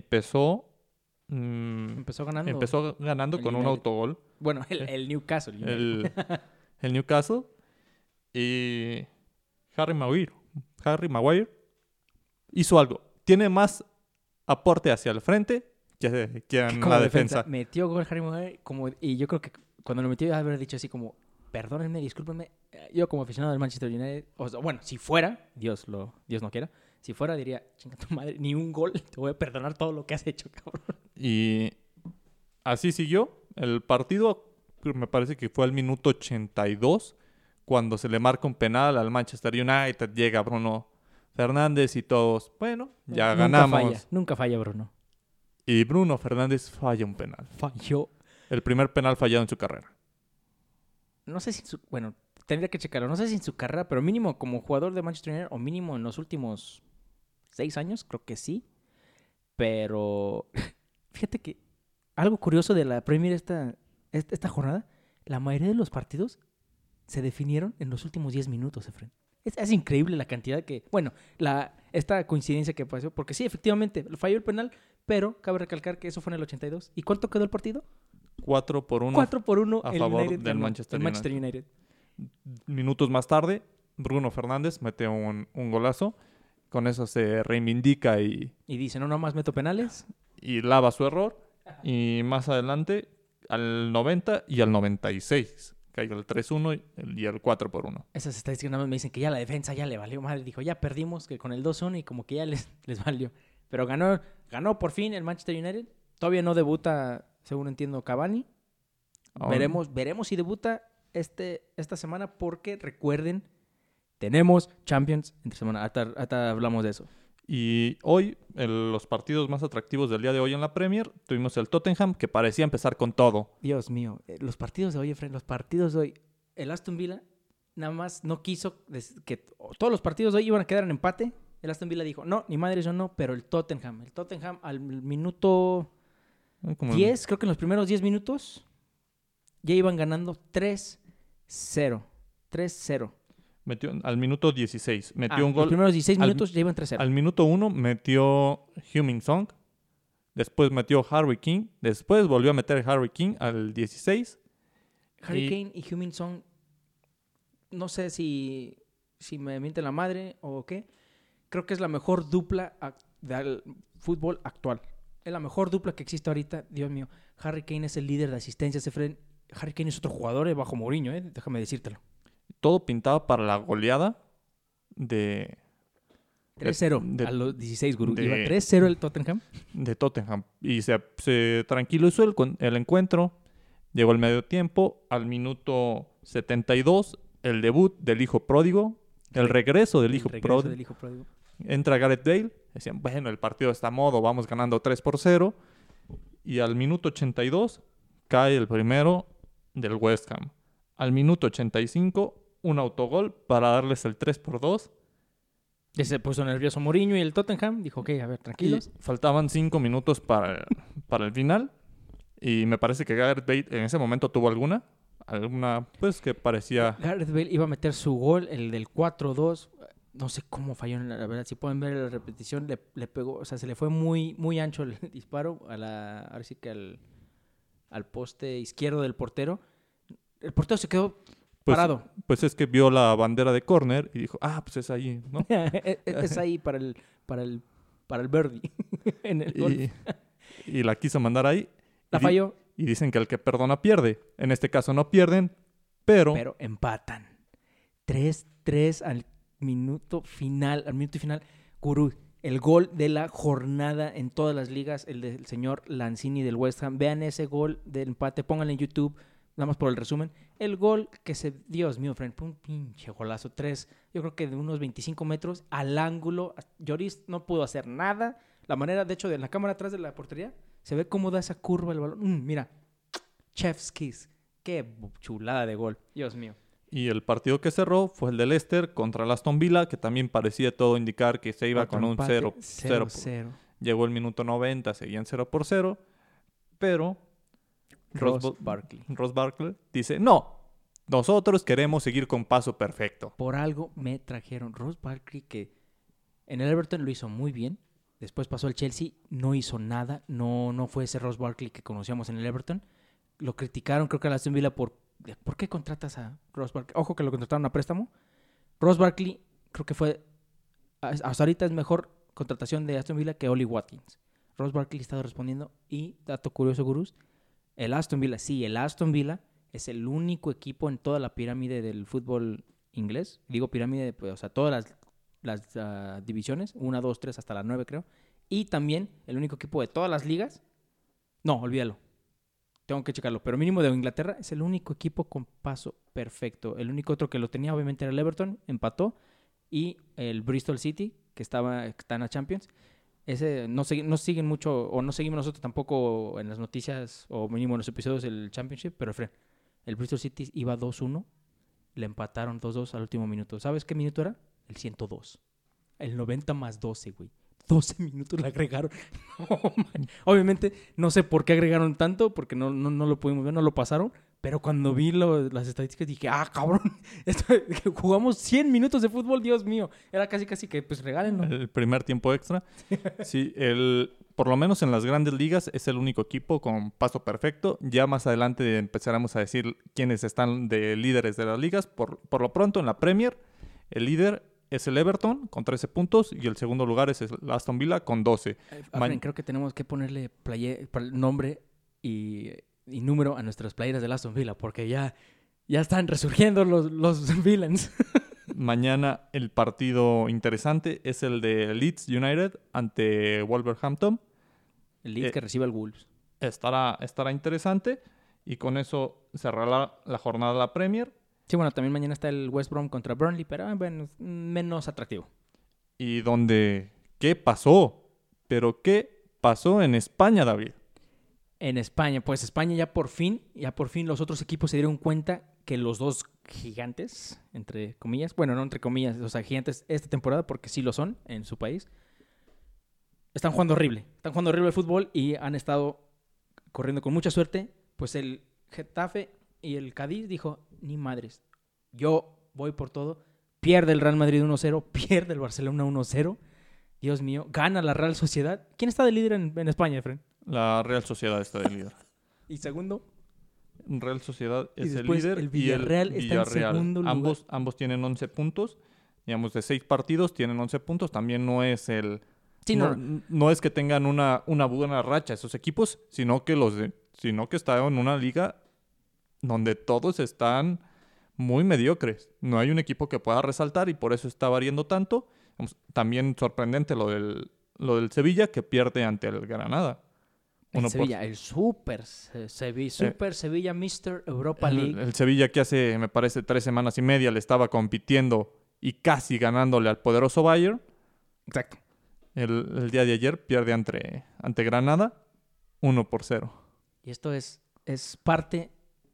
Empezó ganando empezó ganando el con un United. autogol Bueno, el Newcastle United. el, el Newcastle. Y Harry Maguire hizo algo. Tiene más aporte hacia el frente que en Como la defensa. defensa. Metió gol Harry Maguire y yo creo que cuando lo metió, haber dicho así como, perdónenme, discúlpenme, yo como aficionado del Manchester United, o sea, bueno, si fuera, Dios no quiera, si fuera diría, chinga tu madre, ni un gol, te voy a perdonar todo lo que has hecho, cabrón. Y así siguió. El partido me parece que fue al minuto 82 cuando se le marca un penal al Manchester United. Llega Bruno Fernández y todos, bueno, ya ganamos. Nunca falla, Bruno. Y Bruno Fernández falla un penal. Falló. El primer penal fallado en su carrera. No sé si bueno, tendría que checarlo, no sé si en su carrera, pero mínimo como jugador de Manchester United, o mínimo en los últimos 6 años, creo que sí. Pero fíjate que algo curioso de la Premier esta jornada, la mayoría de los partidos se definieron en los últimos 10 minutos, Efren. Es increíble la cantidad bueno, esta coincidencia que pasó, porque sí, efectivamente, falló el penal, pero cabe recalcar que eso fue en el 82. ¿Y cuánto quedó el partido? 4-1 4-1 a el favor United del ganó, Manchester el Manchester United. Minutos más tarde, Bruno Fernández mete un golazo. Con eso se reivindica Y dice, no, nomás meto penales. y lava su error. Y más adelante, al 90 y al 96, cayó el 3-1 y el 4-1. Esas estadísticas nada más me dicen que ya la defensa ya le valió madre. Dijo, ya perdimos que con el 2-1 y como que ya les valió. Pero ganó por fin el Manchester United. Todavía no debuta, según entiendo, Cavani. Veremos si debuta esta semana porque recuerden, tenemos Champions entre semana. Hasta hablamos de eso. Y hoy, los partidos más atractivos del día de hoy en la Premier, tuvimos el Tottenham, que parecía empezar con todo. Dios mío, los partidos de hoy, Efraín, los partidos de hoy. El Aston Villa nada más no quiso que todos los partidos de hoy iban a quedar en empate. El Aston Villa dijo, no, ni madre, yo no, pero el Tottenham al minuto Como 10, creo que en los primeros 10 minutos, ya iban ganando 3-0. 3-0. Metió al minuto 16. Metió un Los gol. primeros 16 minutos ya iban 3-0. Al minuto 1 metió Heung-min Son. Después metió Harry King. Después volvió a meter Harry King al 16. Harry Kane y Heung-min Son, no sé si me miente la madre o qué. Creo que es la mejor dupla del fútbol actual. Es la mejor dupla que existe ahorita. Dios mío, Harry Kane es el líder de asistencias. Harry Kane es otro jugador bajo Mourinho, déjame decírtelo. Todo pintaba para la goleada 3-0 de- a los 16, Gurú. de- Iba 3-0 el Tottenham. de Tottenham. Y se tranquilizó el encuentro. Llegó el medio tiempo. Al minuto 72, el debut del hijo pródigo. El regreso del hijo pródigo. del hijo pródigo. Entra Gareth Bale. Decían, bueno, el partido está a modo. Vamos ganando 3-0. Y al minuto 82 cae el primero del West Ham. Al minuto 85, un autogol para darles el 3-2. Ya se puso nervioso Mourinho y el Tottenham. Dijo, ok, a ver, tranquilos. Y faltaban 5 minutos para el final. Y me parece que Gareth Bale en ese momento tuvo alguna, pues que parecía... Gareth Bale iba a meter su gol, el del 4-2. No sé cómo falló, la verdad. Si pueden ver la repetición, le pegó. O sea, se le fue muy, muy ancho el disparo ahora sí que al poste izquierdo del portero. El portero se quedó parado. Pues es que vio la bandera de córner y dijo, pues es ahí, ¿no? Es ahí para el birdie. En el gol. Y la quiso mandar ahí. La falló. Y dicen que el que perdona pierde. En este caso no pierden, pero empatan. 3-3 al minuto final. Gurú, el gol de la jornada en todas las ligas, el del señor Lanzini del West Ham. Vean ese gol del empate, pónganlo en YouTube, nada más por el resumen. El gol Dios mío, friend, un pinche golazo. 3, yo creo que de unos 25 metros al ángulo. Lloris no pudo hacer nada. La manera, de hecho, de la cámara atrás de la portería, se ve cómo da esa curva el balón. Mira, chef's kiss. Qué chulada de gol. Dios mío. Y el partido que cerró fue el de Leicester contra el Aston Villa, que también parecía todo indicar que se iba Otro con un empate, 0-0. Llegó el minuto 90, seguían 0-0, pero Ross Barkley dice, no, nosotros queremos seguir con paso perfecto. Por algo me trajeron Ross Barkley, que en el Everton lo hizo muy bien. Después pasó al Chelsea, no hizo nada. No fue ese Ross Barkley que conocíamos en el Everton. Lo criticaron, creo que a la Aston Villa ¿por qué contratas a Ross Barkley? Ojo que lo contrataron a préstamo. Ross Barkley creo que fue, hasta ahorita es mejor contratación de Aston Villa que Oli Watkins. Ross Barkley estaba respondiendo. Y, dato curioso, gurús, el Aston Villa es el único equipo en toda la pirámide del fútbol inglés. Digo pirámide, pues, o sea, todas las divisiones, 1, 2, 3, hasta la 9 creo. Y también el único equipo de todas las ligas. No, olvídalo. Tengo que checarlo. Pero mínimo de Inglaterra es el único equipo con paso perfecto. El único otro que lo tenía obviamente era el Everton, empató. Y el Bristol City, que está en la Champions. Ese no siguen mucho, o no seguimos nosotros tampoco en las noticias, o mínimo en los episodios del Championship. Pero el Bristol City iba 2-1. Le empataron 2-2 al último minuto. ¿Sabes qué minuto era? El 102. El 90 más 12, güey. 12 minutos le agregaron. No, man. Obviamente, no sé por qué agregaron tanto, porque no lo pudimos ver, no lo pasaron. Pero cuando vi las estadísticas dije, cabrón, jugamos 100 minutos de fútbol, Dios mío. Era casi que, pues, regálenlo. El primer tiempo extra. Sí, por lo menos en las grandes ligas es el único equipo con paso perfecto. Ya más adelante empezaremos a decir quiénes están de líderes de las ligas. Por lo pronto, en la Premier, el líder es el Everton con 13 puntos y el segundo lugar es el Aston Villa con 12. Creo que tenemos que ponerle nombre y número a nuestras playeras del Aston Villa, porque ya están resurgiendo los villains. Mañana el partido interesante es el de Leeds United ante Wolverhampton. El Leeds que recibe al Wolves. Estará interesante y con eso cerrará la jornada de la Premier. Sí, bueno, también mañana está el West Brom contra Burnley, pero bueno, menos atractivo. ¿Y qué pasó? ¿Pero qué pasó en España, David? En España, pues España ya por fin los otros equipos se dieron cuenta que los dos gigantes, entre comillas, bueno, no entre comillas, o sea, gigantes esta temporada, porque sí lo son en su país, están jugando horrible el fútbol y han estado corriendo con mucha suerte. Pues el Getafe y el Cádiz dijo, ni madres, yo voy por todo. Pierde el Real Madrid 1-0, pierde el Barcelona 1-0. Dios mío, gana la Real Sociedad. ¿Quién está de líder en España, Efren? La Real Sociedad está de líder. ¿Y segundo? Real Sociedad es el después líder el Villarreal y el está en segundo lugar. Ambos tienen 11 puntos. Digamos, de 6 partidos tienen 11 puntos. También no es Sí, no es que tengan una buena racha esos equipos, sino que están en una liga donde todos están muy mediocres. No hay un equipo que pueda resaltar y por eso está variando tanto. También sorprendente lo del Sevilla, que pierde ante el Granada. El Sevilla, el Super Sevilla Mr. Europa League. El Sevilla que hace, me parece, 3 semanas y media le estaba compitiendo y casi ganándole al poderoso Bayern. Exacto. El día de ayer pierde ante Granada 1-0. Y esto es parte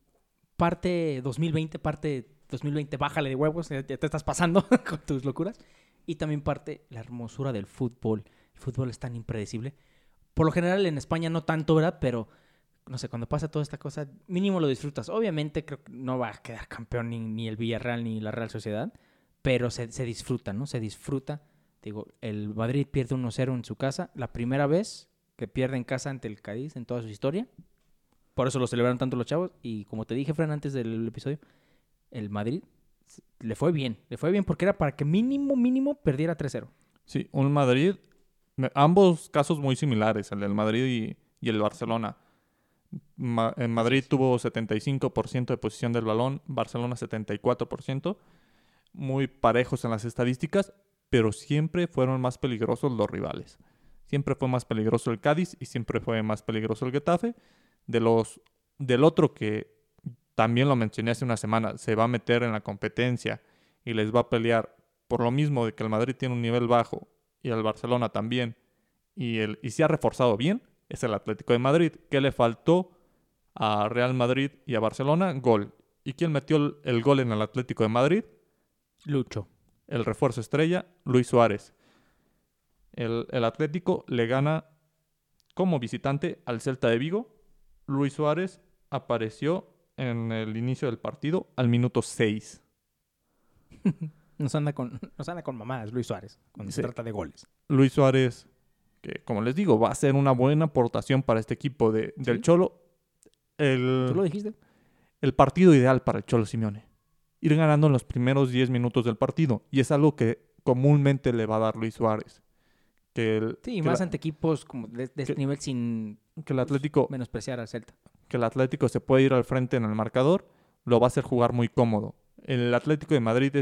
2020, parte 2020, bájale de huevos, ya te estás pasando con tus locuras. Y también parte la hermosura del fútbol. El fútbol es tan impredecible. Por lo general en España no tanto, ¿verdad? Pero, no sé, cuando pasa toda esta cosa, mínimo lo disfrutas. Obviamente creo que no va a quedar campeón ni el Villarreal ni la Real Sociedad, pero se disfruta, ¿no? Se disfruta. Digo, el Madrid pierde 1-0 en su casa. La primera vez que pierde en casa ante el Cádiz en toda su historia. Por eso lo celebraron tanto los chavos. Y como te dije, Fran, antes del episodio, el Madrid le fue bien. Le fue bien porque era para que mínimo perdiera 3-0. Sí, un Madrid, ambos casos muy similares, el del Madrid y el Barcelona. En Madrid tuvo 75% de posición del balón, Barcelona 74%. Muy parejos en las estadísticas, pero siempre fueron más peligrosos los rivales. Siempre fue más peligroso el Cádiz y siempre fue más peligroso el Getafe. Del otro que también lo mencioné hace una semana, se va a meter en la competencia y les va a pelear por lo mismo de que el Madrid tiene un nivel bajo y el Barcelona también, y se ha reforzado bien, es el Atlético de Madrid. ¿Qué le faltó a Real Madrid y a Barcelona? Gol. ¿Y quién metió el gol en el Atlético de Madrid? Lucho. El refuerzo estrella, Luis Suárez. El Atlético le gana como visitante al Celta de Vigo. Luis Suárez apareció en el inicio del partido al minuto 6. Nos anda con mamadas Luis Suárez cuando se trata de goles. Luis Suárez, que como les digo, va a ser una buena aportación para este equipo del Cholo. ¿Tú lo dijiste? El partido ideal para el Cholo Simeone. Ir ganando en los primeros 10 minutos del partido. Y es algo que comúnmente le va a dar Luis Suárez. Más ante equipos como de este nivel sin que el Atlético, menospreciar al Celta. Que el Atlético se puede ir al frente en el marcador, lo va a hacer jugar muy cómodo. El Atlético de Madrid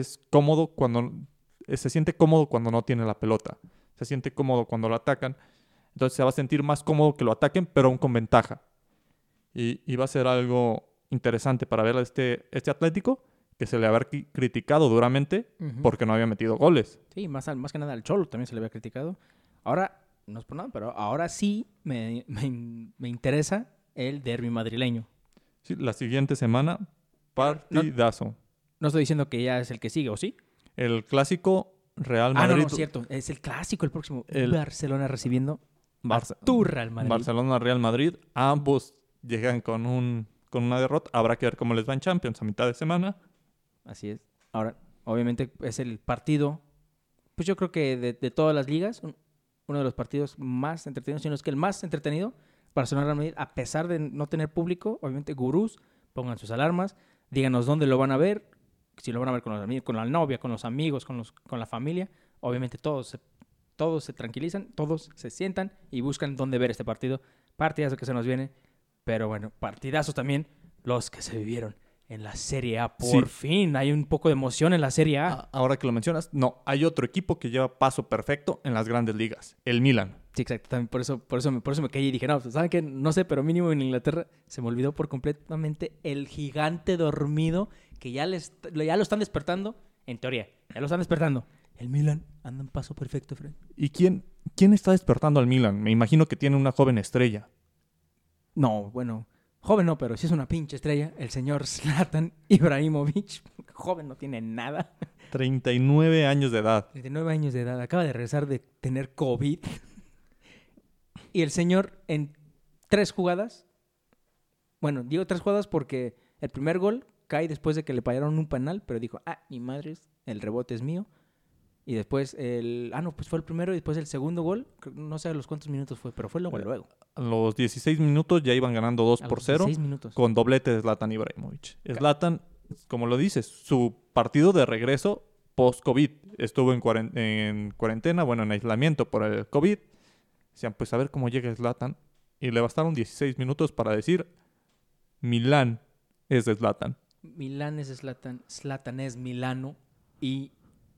se siente cómodo cuando no tiene la pelota. Se siente cómodo cuando lo atacan. Entonces se va a sentir más cómodo que lo ataquen, pero aún con ventaja. Y va a ser algo interesante para ver a este Atlético, que se le había criticado duramente porque no había metido goles. Sí, más que nada al Cholo también se le había criticado. Ahora, no es por nada, pero ahora sí me interesa el derbi madrileño. Sí, la siguiente semana, partidazo. No estoy diciendo que ya es el que sigue, ¿o sí? El clásico Real Madrid. No, es cierto. Es el clásico el próximo. Barcelona recibiendo tu Real Madrid. Barcelona-Real Madrid. Ambos llegan con una derrota. Habrá que ver cómo les va en Champions a mitad de semana. Así es. Ahora, obviamente es el partido, pues yo creo que de todas las ligas, uno de los partidos más entretenidos, si no es que el más entretenido, Barcelona-Real Madrid, a pesar de no tener público. Obviamente, gurús, pongan sus alarmas, díganos dónde lo van a ver, si lo van a ver con los amigos, con la novia, con los amigos, con la familia. Obviamente todos se tranquilizan, todos se sientan y buscan dónde ver este partido. Partidazo que se nos viene, pero bueno, partidazos también los que se vivieron en la Serie A. Por fin hay un poco de emoción en la Serie A. Ahora que lo mencionas, no, hay otro equipo que lleva paso perfecto en las grandes ligas, el Milan. Sí, exacto. También por eso me caí y dije, no, ¿saben qué? No sé, pero mínimo en Inglaterra se me olvidó por completamente el gigante dormido que ya lo están despertando, en teoría, ya lo están despertando. El Milan anda en paso perfecto, Fred. ¿Y quién está despertando al Milan? Me imagino que tiene una joven estrella. No, bueno, joven no, pero sí es una pinche estrella. El señor Zlatan Ibrahimovic. Joven no tiene nada. 39 años de edad. 39 años de edad. Acaba de regresar de tener COVID. Y el señor en 3 jugadas. Bueno, digo 3 jugadas porque el primer gol cae después de que le fallaron un penal, pero dijo, ni madres, el rebote es mío. Y después pues fue el primero y después el segundo gol. No sé a los cuántos minutos fue, pero fue luego. A los 16 minutos ya iban ganando 2-0. 16 minutos. Con doblete de Zlatan Ibrahimovic. Zlatan, como lo dices, su partido de regreso post-COVID. Estuvo en cuarentena, en aislamiento por el COVID. Decían, pues a ver cómo llega Zlatan. Y le bastaron 16 minutos para decir, Milán es de Zlatan. Milán es Zlatan, Zlatan es Milano. Y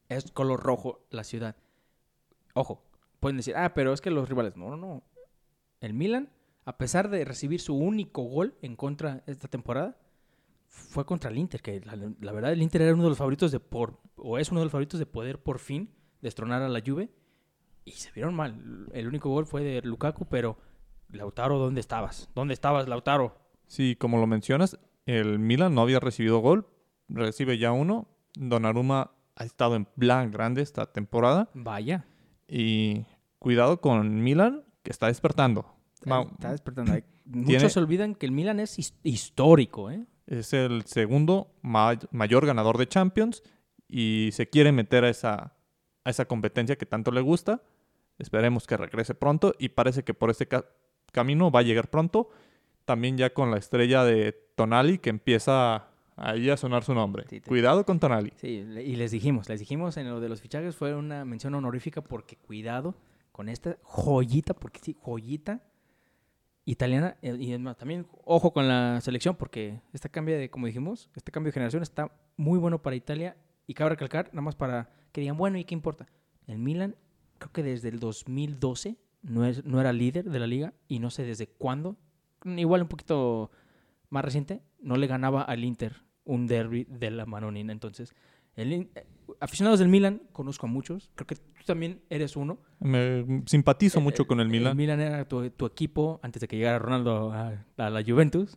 es color rojo la ciudad. Ojo, pueden decir, pero es que los rivales... No. El Milan, a pesar de recibir su único gol en contra esta temporada, fue contra el Inter, que la verdad el Inter era uno de los favoritos es uno de los favoritos de poder por fin destronar a la Juve, y se vieron mal. El único gol fue de Lukaku, pero Lautaro, ¿dónde estabas? ¿Dónde estabas, Lautaro? Sí, como lo mencionas, el Milan no había recibido gol, recibe ya uno. Donnarumma ha estado en plan grande esta temporada. Vaya. Y cuidado con Milan, que está despertando. Está despertando. Muchos se olvidan que el Milan es histórico, ¿eh? Es el segundo mayor ganador de Champions y se quiere meter a esa competencia que tanto le gusta. Esperemos que regrese pronto y parece que por este camino va a llegar pronto. También ya con la estrella de Tonali, que empieza ahí a sonar su nombre. Sí, cuidado con Tonali. Sí, y les dijimos en lo de los fichajes, fue una mención honorífica porque cuidado con esta joyita, porque sí, joyita italiana. Y además, también ojo con la selección, porque este cambio de generación está muy bueno para Italia. Y cabe recalcar, nada más para que digan, bueno, ¿y qué importa? El Milan, creo que desde el 2012 no era líder de la liga, y no sé desde cuándo, igual un poquito más reciente, no le ganaba al Inter un derbi de la Manonina. Entonces, aficionados del Milan, conozco a muchos. Creo que tú también eres uno. Me simpatizo mucho con el Milan. El Milan era tu equipo antes de que llegara Ronaldo a la Juventus.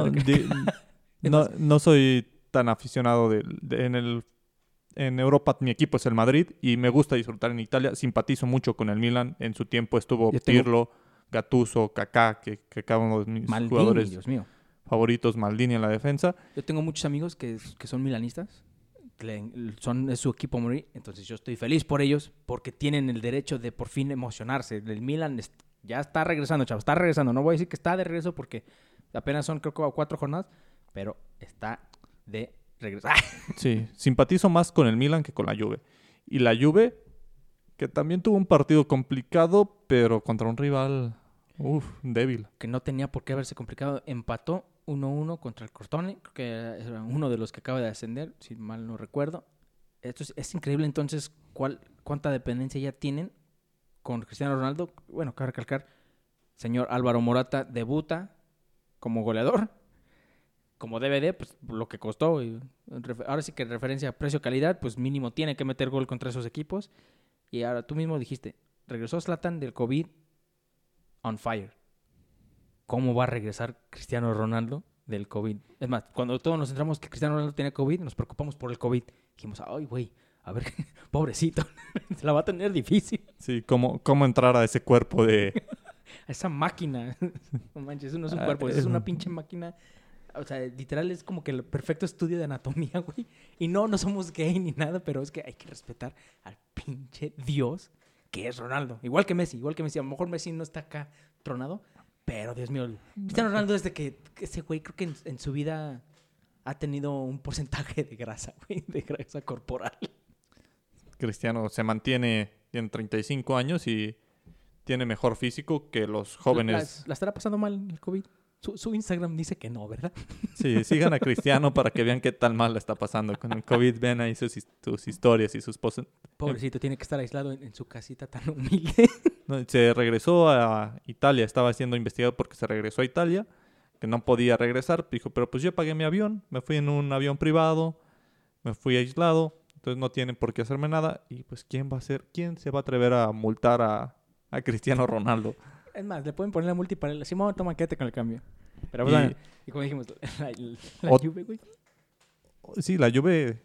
No soy tan aficionado en Europa. Mi equipo es el Madrid y me gusta disfrutar en Italia. Simpatizo mucho con el Milan. En su tiempo estuvo Pirlo, Gattuso, Kaká, que cada uno de mis jugadores Dios mío, favoritos, Maldini en la defensa. Yo tengo muchos amigos que son milanistas, es su equipo a morir, entonces yo estoy feliz por ellos porque tienen el derecho de por fin emocionarse. El Milan ya está regresando, chavos, está regresando. No voy a decir que está de regreso porque apenas son, creo que 4 jornadas, pero está de regreso. Sí, simpatizo más con el Milan que con la Juve. Y la Juve, que también tuvo un partido complicado, pero contra un rival débil. Que no tenía por qué haberse complicado. Empató 1-1 contra el Crotone. Creo que era uno de los que acaba de ascender, si mal no recuerdo. Esto es increíble entonces cuánta dependencia ya tienen con Cristiano Ronaldo. Bueno, cabe recalcar, señor Álvaro Morata debuta como goleador. Como DVD, pues lo que costó. Ahora sí que referencia a precio-calidad, pues mínimo tiene que meter gol contra esos equipos. Y ahora tú mismo dijiste, regresó Zlatan del COVID on fire. ¿Cómo va a regresar Cristiano Ronaldo del COVID? Es más, cuando todos nos centramos que Cristiano Ronaldo tenía COVID, nos preocupamos por el COVID. Dijimos, ay, güey, a ver, pobrecito, se la va a tener difícil. Sí, ¿cómo entrar a ese cuerpo de... a esa máquina. No manches, eso no es un cuerpo, eso es una pinche máquina. O sea, literal es como que el perfecto estudio de anatomía, güey. Y no somos gay ni nada, pero es que hay que respetar al pinche Dios que es Ronaldo. Igual que Messi. A lo mejor Messi no está acá tronado, pero Dios mío, Cristiano Ronaldo desde que ese güey creo que en su vida ha tenido un porcentaje de grasa, güey, de grasa corporal. Cristiano se mantiene en 35 años y tiene mejor físico que los jóvenes. La estará pasando mal el COVID. Su Instagram dice que no, ¿verdad? Sí, sigan a Cristiano para que vean qué tan mal la está pasando con el COVID. Ven ahí sus historias y sus posts. Pobrecito, tiene que estar aislado en su casita tan humilde. No, se regresó a Italia, estaba siendo investigado porque se regresó a Italia, que no podía regresar. Dijo, pero pues yo pagué mi avión, me fui en un avión privado, me fui aislado, entonces no tienen por qué hacerme nada. Y pues, ¿quién se va a atrever a multar a Cristiano Ronaldo? Es más, le pueden poner la multi para él. Simón, toma, quédate con el cambio. Pero bueno, y como dijimos, la Juve, güey. Sí, la Juve,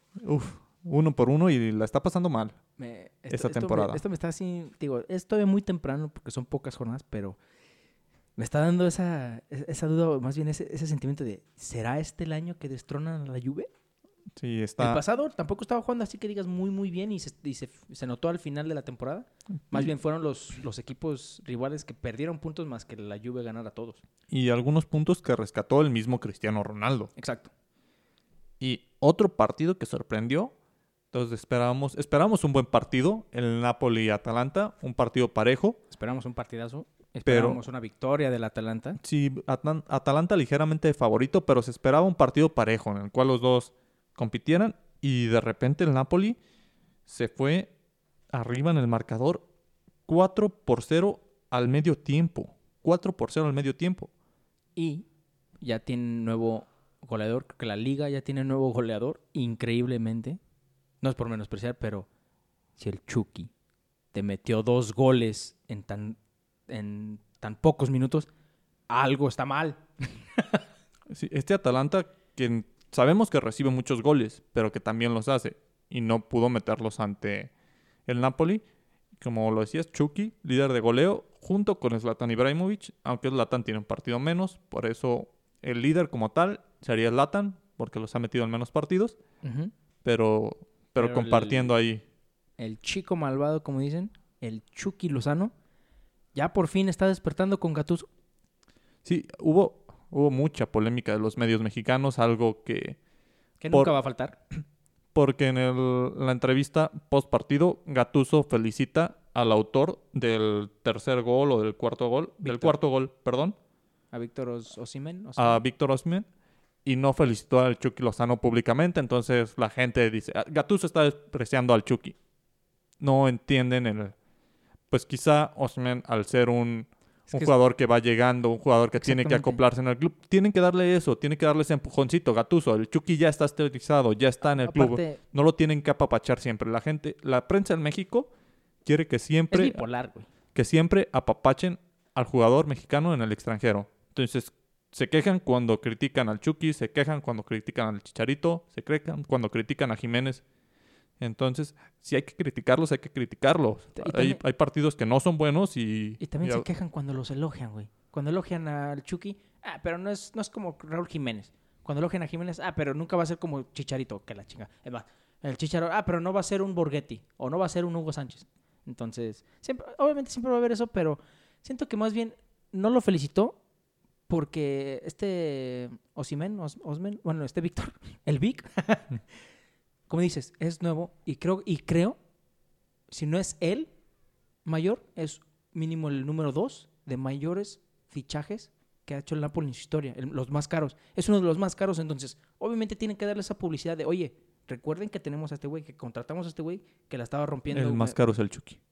1-1 y la está pasando mal esta temporada. Esto me está así, digo, es todavía muy temprano porque son pocas jornadas, pero me está dando esa duda, más bien ese sentimiento de, ¿será este el año que destronan a la Juve? Sí, está... El pasado tampoco estaba jugando así que digas muy, muy bien y se notó al final de la temporada. Más bien fueron los equipos rivales que perdieron puntos más que la Juve ganar a todos. Y algunos puntos que rescató el mismo Cristiano Ronaldo. Exacto. Y otro partido que sorprendió. Entonces esperamos un buen partido. El Napoli-Atalanta, un partido parejo. Esperamos un partidazo. Esperábamos una victoria del Atalanta. Sí, Atalanta ligeramente favorito, pero se esperaba un partido parejo en el cual los dos compitieran y de repente el Napoli se fue arriba en el marcador 4-0 al medio tiempo. 4-0 al medio tiempo. Y ya tiene nuevo goleador. Creo que la liga ya tiene nuevo goleador. Increíblemente. No es por menospreciar, pero si el Chucky te metió 2 goles en tan pocos minutos, algo está mal. Sí, este Atalanta que sabemos que recibe muchos goles, pero que también los hace. Y no pudo meterlos ante el Napoli. Como lo decías, Chucky, líder de goleo, junto con Zlatan Ibrahimovic, aunque Zlatan tiene un partido menos, por eso el líder como tal sería Zlatan, porque los ha metido en menos partidos, Uh-huh. pero compartiendo ahí. El chico malvado, como dicen, el Chucky Lozano, ya por fin está despertando con Gattuso. Sí, hubo mucha polémica de los medios mexicanos, algo que Nunca va a faltar. porque en la entrevista post partido, Gattuso felicita al autor del tercer gol o del cuarto gol, perdón, A Víctor Osimhen. a Víctor Osimhen, y no felicitó al Chucky Lozano públicamente. Entonces la gente dice, Gattuso está despreciando al Chucky. No entienden pues quizá Osimhen, al ser un jugador que va llegando, un jugador que tiene que acoplarse en el club, tienen que darle eso, tiene que darle ese empujoncito. Gattuso, el Chucky ya está esterilizado, ya está en el club, no lo tienen que apapachar siempre. La prensa en México quiere que siempre, es bipolar, güey, que siempre apapachen al jugador mexicano en el extranjero. Entonces se quejan cuando critican al Chucky, se quejan cuando critican al Chicharito, se quejan cuando critican a Jiménez. Entonces, si hay que criticarlos, hay que criticarlos. Hay partidos que no son buenos y también se quejan cuando los elogian, güey. Cuando elogian al Chucky, pero no es como Raúl Jiménez. Cuando elogian a Jiménez, pero nunca va a ser como Chicharito, que la chinga. Es más, el Chicharo, pero no va a ser un Borghetti o no va a ser un Hugo Sánchez. Entonces, obviamente siempre va a haber eso, pero siento que más bien no lo felicitó porque Osimhen, Víctor, el Vic, como dices, es nuevo y creo, si no es el mayor, es mínimo el número 2 de mayores fichajes que ha hecho el Napoli en su historia, los más caros. Es uno de los más caros, entonces obviamente tienen que darle esa publicidad de, oye, recuerden que tenemos a este güey, que contratamos a este güey, que la estaba rompiendo. El más caro es el Chucky.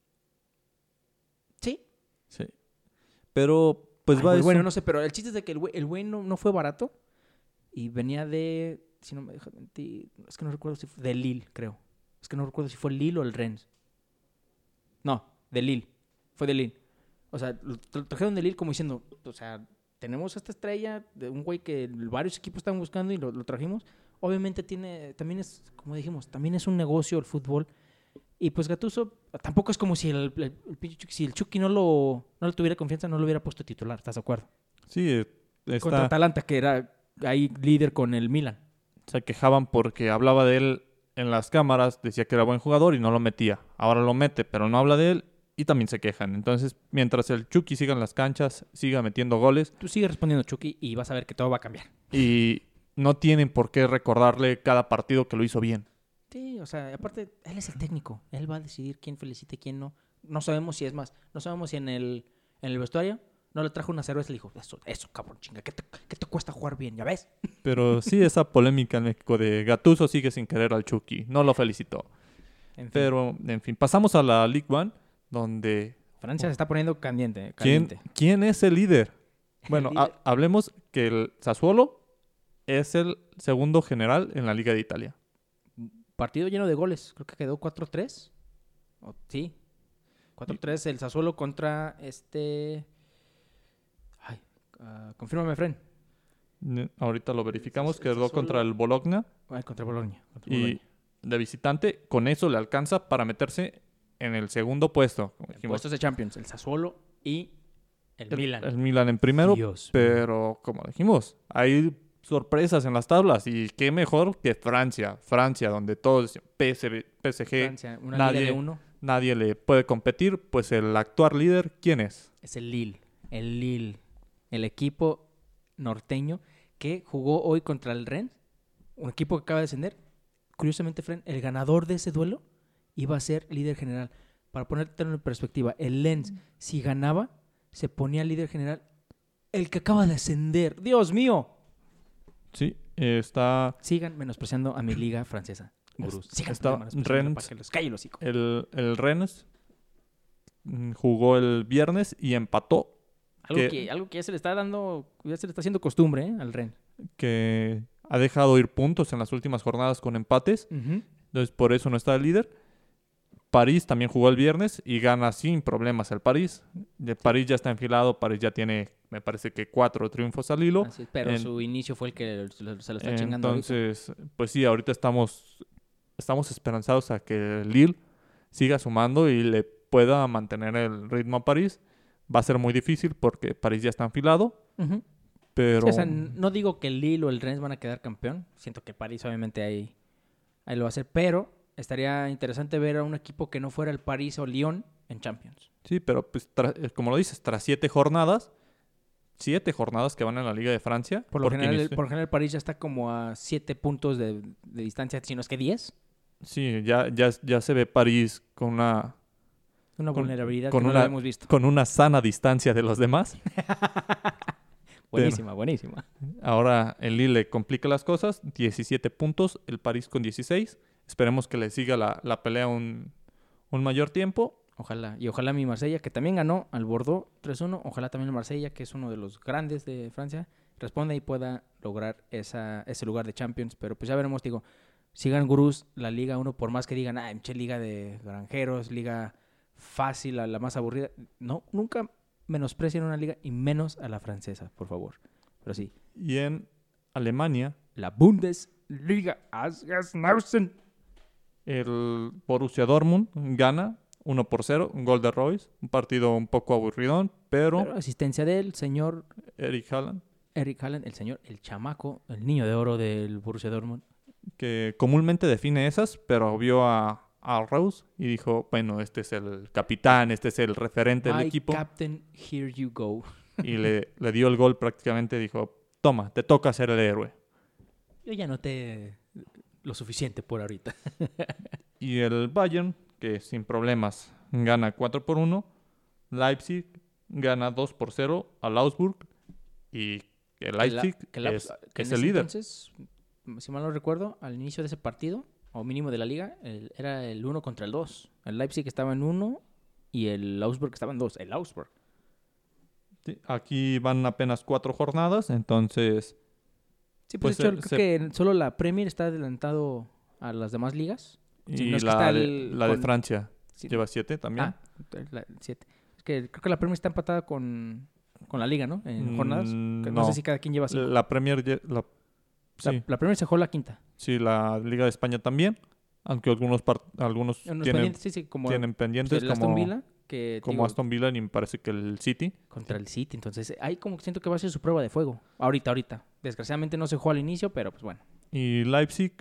¿Sí? Sí. Pero, pues va eso. Bueno, no sé, pero el chiste es de que el güey no fue barato y venía de... Si no me dejas mentir, es que no recuerdo si fue de Lille, creo. Es que no recuerdo si fue Lille o el Rennes. No, de Lille. Fue de Lille. O sea, lo trajeron de Lille como diciendo, o sea, tenemos esta estrella de un güey que varios equipos están buscando y lo trajimos. Obviamente también es, como dijimos, también es un negocio el fútbol. Y pues Gattuso tampoco es como si si el Chucky no le tuviera confianza, no lo hubiera puesto titular, ¿estás de acuerdo? Sí, contra Atalanta, que era ahí líder con el Milan. Se quejaban porque hablaba de él en las cámaras, decía que era buen jugador y no lo metía. Ahora lo mete, pero no habla de él y también se quejan. Entonces, mientras el Chucky siga en las canchas, siga metiendo goles... Tú sigue respondiendo Chucky y vas a ver que todo va a cambiar. Y no tienen por qué recordarle cada partido que lo hizo bien. Sí, o sea, aparte, él es el técnico. Él va a decidir quién felicita y quién no. No sabemos si no sabemos si en el vestuario no le trajo una cerveza y le dijo, eso, cabrón, chinga, ¿qué te cuesta jugar bien? ¿Ya ves? Pero sí, esa polémica en México de Gattuso sigue sin querer al Chucky. No lo felicitó. Pero, en fin, pasamos a la Ligue 1, donde... Francia se está poniendo caliente. ¿Quién es el líder? Bueno, hablemos que el Sassuolo es el segundo general en la Liga de Italia. Partido lleno de goles. Creo que quedó 4-3. Sí. 4-3 el Sassuolo contra confírmame, Fren. Ahorita lo verificamos. Quedó contra el Bologna. Contra Bologna. Y de visitante, con eso le alcanza para meterse en el segundo puesto. Puestos de Champions. El Sassuolo y el Milan. El Milan en primero. Pero, como dijimos, hay sorpresas en las tablas. Y qué mejor que Francia. Francia, donde todos PSG, Francia, una liga de uno. Nadie le puede competir. Pues el actual líder, ¿quién es? Es el Lille. El Lille. El equipo norteño que jugó hoy contra el Rennes. Un equipo que acaba de descender. Curiosamente, Fren, el ganador de ese duelo iba a ser líder general. Para ponerte en perspectiva, el Lens, si ganaba, se ponía líder general. El que acaba de ascender. ¡Dios mío! Sí, Sigan menospreciando a mi liga francesa. Gurús. Sigan estaba llamando especial Rennes, para que los calle el hocico. el Rennes jugó el viernes y empató. Algo que ya se le está dando, ya se le está haciendo costumbre, al Rennes. Que ha dejado ir puntos en las últimas jornadas con empates. Entonces, por eso no está el líder. París también jugó el viernes y gana sin problemas el París. París ya está enfilado. París ya tiene, me parece que 4 triunfos al hilo. Así es, pero su inicio fue el que se lo está chingando. Entonces, pues sí, ahorita estamos esperanzados a que Lille siga sumando y le pueda mantener el ritmo a París. Va a ser muy difícil porque París ya está enfilado. Pero... Sí, o sea, no digo que el Lille o el Rennes van a quedar campeón. Siento que París obviamente ahí lo va a hacer. Pero estaría interesante ver a un equipo que no fuera el París o Lyon en Champions. Sí, pero pues como lo dices, tras 7 jornadas que van en la Liga de Francia. Por lo general, el París ya está como a 7 puntos de distancia, si no es que 10. Sí, ya se ve París con una vulnerabilidad que no la hemos visto. Con una sana distancia de los demás. Buenísima. Ahora el Lille le complica las cosas. 17 puntos, el París con 16. Esperemos que le siga la pelea un mayor tiempo. Ojalá. Y ojalá mi Marsella, que también ganó al Bordeaux 3-1. Ojalá también el Marsella, que es uno de los grandes de Francia, responda y pueda lograr ese lugar de Champions. Pero pues ya veremos, digo, sigan gurús la Liga 1, por más que digan, liga de granjeros, liga fácil, la más aburrida. No, nunca menosprecien una liga y menos a la francesa, por favor. Pero sí. Y en Alemania, la Bundesliga Asgasnausen. El Borussia Dortmund gana 1-0, un gol de Royce, un partido un poco aburridón, pero asistencia del señor Eric Haaland, el chamaco, el niño de oro del Borussia Dortmund, que comúnmente define esas, pero vio a Rose y dijo, bueno, este es el capitán, este es el referente del equipo. Captain, here you go. Y le dio el gol prácticamente, dijo, toma, te toca ser el héroe. Yo ya noté lo suficiente por ahorita. Y el Bayern, que sin problemas gana 4-1. Leipzig gana 2-0 al Augsburg. Y el Leipzig es el líder. Entonces, si mal no recuerdo, al inicio de ese partido, o mínimo de la liga, era el 1 contra el 2. El Leipzig estaba en 1 y el Augsburg estaba en 2. El Augsburg. Sí, aquí van apenas 4 jornadas, entonces... Sí, pues de hecho, creo que solo la Premier está adelantado a las demás ligas. Y sí, no es la de Francia lleva 7 también. 7. Es que creo que la Premier está empatada con la liga, ¿no? En jornadas. No sé si cada quien lleva 5. La Premier... La Premier se jugó la quinta. Sí, la Liga de España también. Aunque algunos tienen pendientes. Pues Aston Villa. Aston Villa y me parece que el City. Contra el City. Entonces, ahí como que siento que va a ser su prueba de fuego. Ahorita. Desgraciadamente no se jugó al inicio, pero pues bueno. Y Leipzig,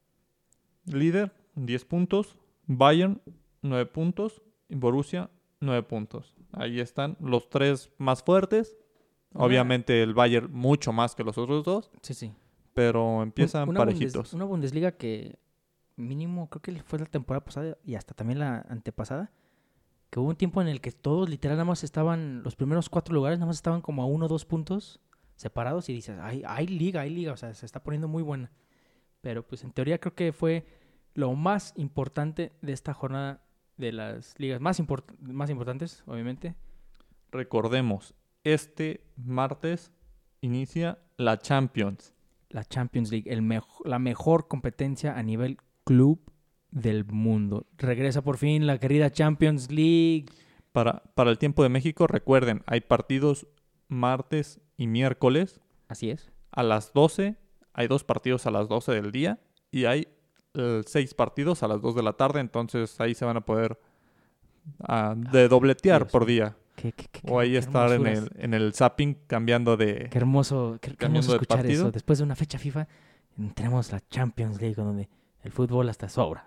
líder, 10 puntos. Bayern, 9 puntos. Y Borussia, 9 puntos. Ahí están los 3 más fuertes. Obviamente el Bayern mucho más que los otros 2. Sí. Pero empiezan parejitos. Una Bundesliga que mínimo creo que fue la temporada pasada y hasta también la antepasada, que hubo un tiempo en el que todos literal nada más estaban, los primeros 4 lugares nada más estaban como a 1 o 2 puntos separados y dices, hay liga, o sea, se está poniendo muy buena. Pero pues en teoría creo que fue lo más importante de esta jornada de las ligas más importantes, obviamente. Recordemos, este martes inicia la Champions. La Champions League, la mejor competencia a nivel club del mundo. Regresa por fin la querida Champions League. Para el tiempo de México, recuerden, hay partidos martes y miércoles. Así es. A las 12, hay 2 partidos a las 12 del día y hay 6 partidos a las 2 de la tarde, entonces ahí se van a poder de dobletear por día. O ahí estar en el zapping cambiando de... Qué hermoso escuchar eso. Después de una fecha FIFA tenemos la Champions League donde el fútbol hasta sobra.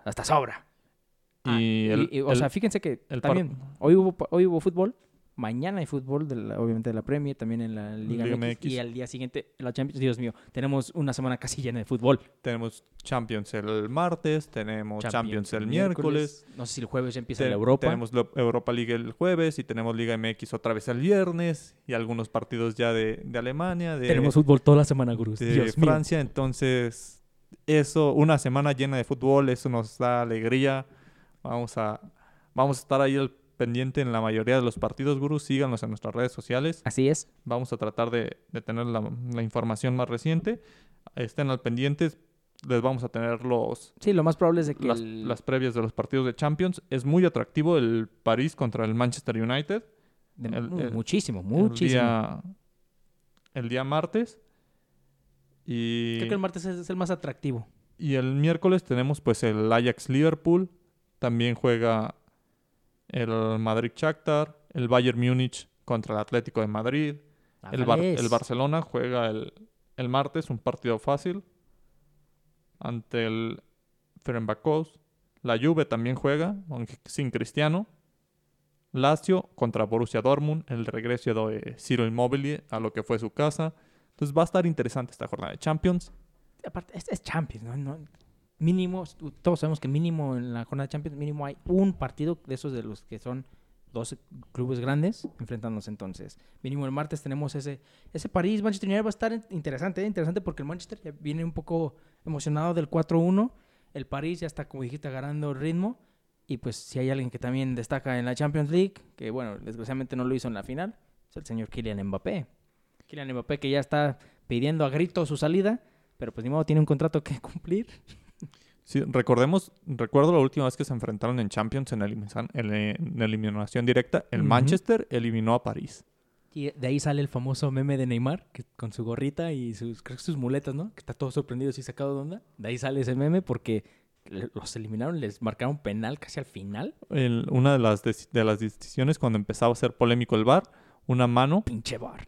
O sea, fíjense que también hoy hubo fútbol. Mañana hay fútbol, obviamente de la Premier, también en la Liga MX. Y al día siguiente la Champions. Dios mío, tenemos una semana casi llena de fútbol. Tenemos Champions el martes, tenemos Champions el miércoles. No sé si el jueves ya empieza la Europa. Tenemos la Europa League el jueves y tenemos Liga MX otra vez el viernes. Y algunos partidos ya de Alemania. Tenemos fútbol toda la semana, Gurús. De Francia, entonces Eso, una semana llena de fútbol, eso nos da alegría. Vamos a estar ahí al pendiente en la mayoría de los partidos, Gurú. Síganos en nuestras redes sociales. Así es. Vamos a tratar de tener la información más reciente. Estén al pendiente. Les vamos a tener Sí, lo más probable es de que las previas de los partidos de Champions. Es muy atractivo el París contra el Manchester United. Muchísimo. El día martes. Y creo que el martes es el más atractivo. Y el miércoles tenemos pues el Ajax-Liverpool. También juega el Madrid-Shakhtar. El Bayern Múnich contra el Atlético de Madrid. El Barcelona juega el martes, un partido fácil, ante el Fenerbahçe. La Juve también juega, aunque sin Cristiano. Lazio contra Borussia Dortmund. El regreso de Ciro Immobile a lo que fue su casa. Entonces va a estar interesante esta jornada de Champions. Aparte, es Champions, ¿no? Mínimo, todos sabemos que mínimo en la jornada de Champions, mínimo hay un partido de esos de los que son 12 clubes grandes enfrentándose. Entonces, mínimo el martes tenemos ese París, Manchester United va a estar interesante porque el Manchester ya viene un poco emocionado del 4-1. El París ya está, como dijiste, agarrando ritmo. Y pues si hay alguien que también destaca en la Champions League, que bueno, desgraciadamente no lo hizo en la final, es el señor Kylian Mbappé. Kylian Mbappé que ya está pidiendo a gritos su salida, pero pues ni modo, tiene un contrato que cumplir. Sí, recuerdo la última vez que se enfrentaron en Champions en eliminación directa, el Manchester eliminó a París. Y de ahí sale el famoso meme de Neymar, que con su gorrita y creo que sus muletas, ¿no? Que está todo sorprendido y sacado de onda. De ahí sale ese meme porque los eliminaron, les marcaron penal casi al final. Una de las decisiones cuando empezaba a ser polémico el VAR, una mano. Pinche VAR.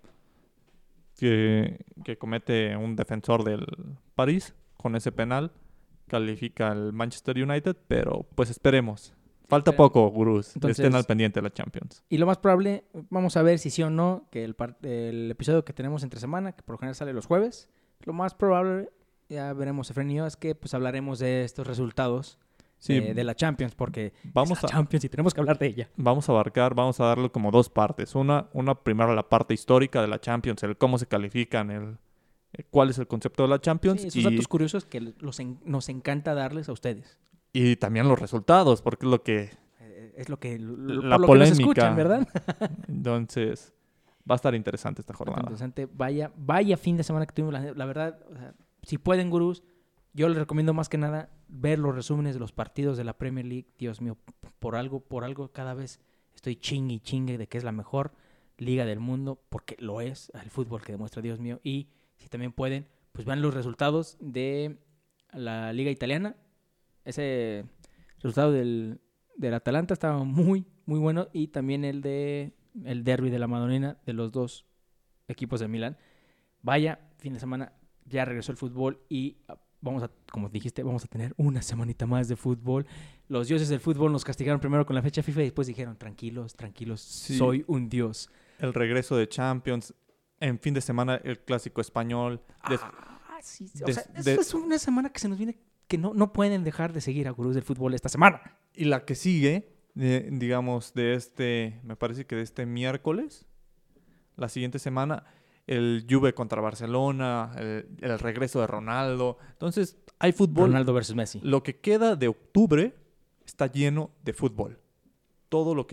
Que comete un defensor del París con ese penal. Califica al Manchester United, pero pues esperemos. Falta poco, gurús. Entonces, estén al pendiente de la Champions. Y lo más probable, vamos a ver si sí o no, que el episodio que tenemos entre semana, que por lo general sale los jueves, lo más probable, ya veremos, Efraín y yo, es que pues hablaremos de estos resultados de la Champions, porque vamos es la Champions y tenemos que hablar de ella. Vamos a darle como dos partes. Una primero la parte histórica de la Champions, el cómo se califican, cuál es el concepto de la Champions. Sí, esos datos curiosos que nos encanta darles a ustedes. Y también los resultados, porque es lo que... es lo que... la por polémica. Lo que nos escuchan, ¿verdad? Entonces, va a estar interesante esta jornada. Interesante. Vaya fin de semana que tuvimos. La verdad, o sea, si pueden, gurús, yo les recomiendo más que nada ver los resúmenes de los partidos de la Premier League. Dios mío, por algo cada vez estoy chingue de que es la mejor liga del mundo, porque lo es, el fútbol que demuestra, Dios mío. Y si también pueden, pues vean los resultados de la liga italiana. Ese resultado del Atalanta estaba muy, muy bueno. Y también el derbi de la Madonina de los dos equipos de Milán. Vaya fin de semana, ya regresó el fútbol y como dijiste, vamos a tener una semanita más de fútbol. Los dioses del fútbol nos castigaron primero con la fecha FIFA y después dijeron, tranquilos, sí. Soy un dios. El regreso de Champions, en fin de semana el clásico español. Sí. O sea, es una semana que se nos viene, que no pueden dejar de seguir a Gurús del Fútbol esta semana. Y la que sigue, digamos, me parece que de este miércoles, la siguiente semana, el Juve contra Barcelona, el regreso de Ronaldo. Entonces, hay fútbol. Ronaldo versus Messi. Lo que queda de octubre está lleno de fútbol. Todo lo que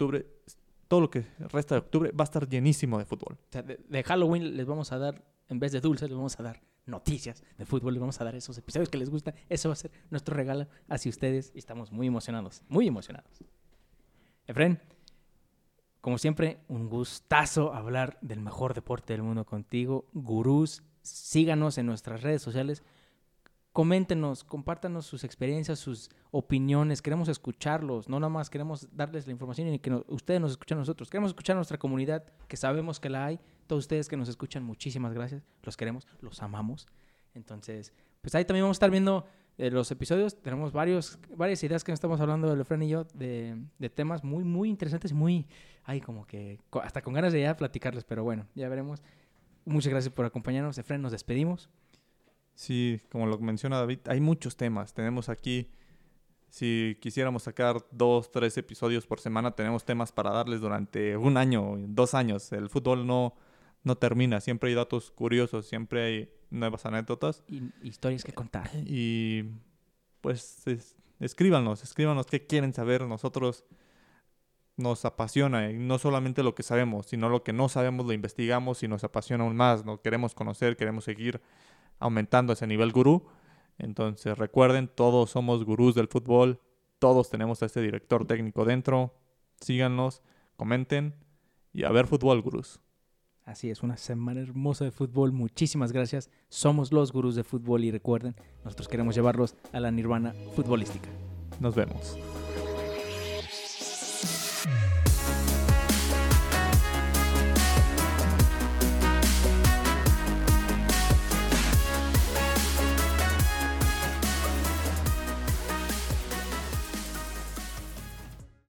resta de octubre va a estar llenísimo de fútbol. O sea, de Halloween les vamos a dar, en vez de dulces, les vamos a dar noticias de fútbol. Les vamos a dar esos episodios que les gustan. Eso va a ser nuestro regalo hacia ustedes. Y estamos muy emocionados. Muy emocionados. Efren, como siempre, un gustazo hablar del mejor deporte del mundo contigo. Gurús, síganos en nuestras redes sociales. Coméntenos, compártanos sus experiencias, sus opiniones. Queremos escucharlos. No nada más queremos darles la información y que ustedes nos escuchen a nosotros. Queremos escuchar a nuestra comunidad, que sabemos que la hay. Todos ustedes que nos escuchan, muchísimas gracias. Los queremos, los amamos. Entonces, pues ahí también vamos a estar viendo los episodios. Tenemos varias ideas que estamos hablando, Efren y yo, de temas muy, muy interesantes y muy... Ay, como que hasta con ganas de ya platicarles, pero bueno, ya veremos. Muchas gracias por acompañarnos. Efren, nos despedimos. Sí, como lo menciona David, hay muchos temas. Tenemos aquí, si quisiéramos sacar 2, 3 episodios por semana, tenemos temas para darles durante 1 año, 2 años. El fútbol no termina, siempre hay datos curiosos, siempre hay nuevas anécdotas. Y historias que contar. Y pues escríbanos qué quieren saber. Nosotros nos apasiona, y no solamente lo que sabemos, sino lo que no sabemos lo investigamos y nos apasiona aún más. No queremos conocer, queremos seguir aumentando ese nivel gurú. Entonces recuerden, todos somos gurús del fútbol, todos tenemos a este director técnico dentro. Síganos, comenten y a ver fútbol, gurús. Así es, una semana hermosa de fútbol. Muchísimas gracias. Somos los gurús de fútbol y recuerden, nosotros queremos llevarlos a la nirvana futbolística. Nos vemos.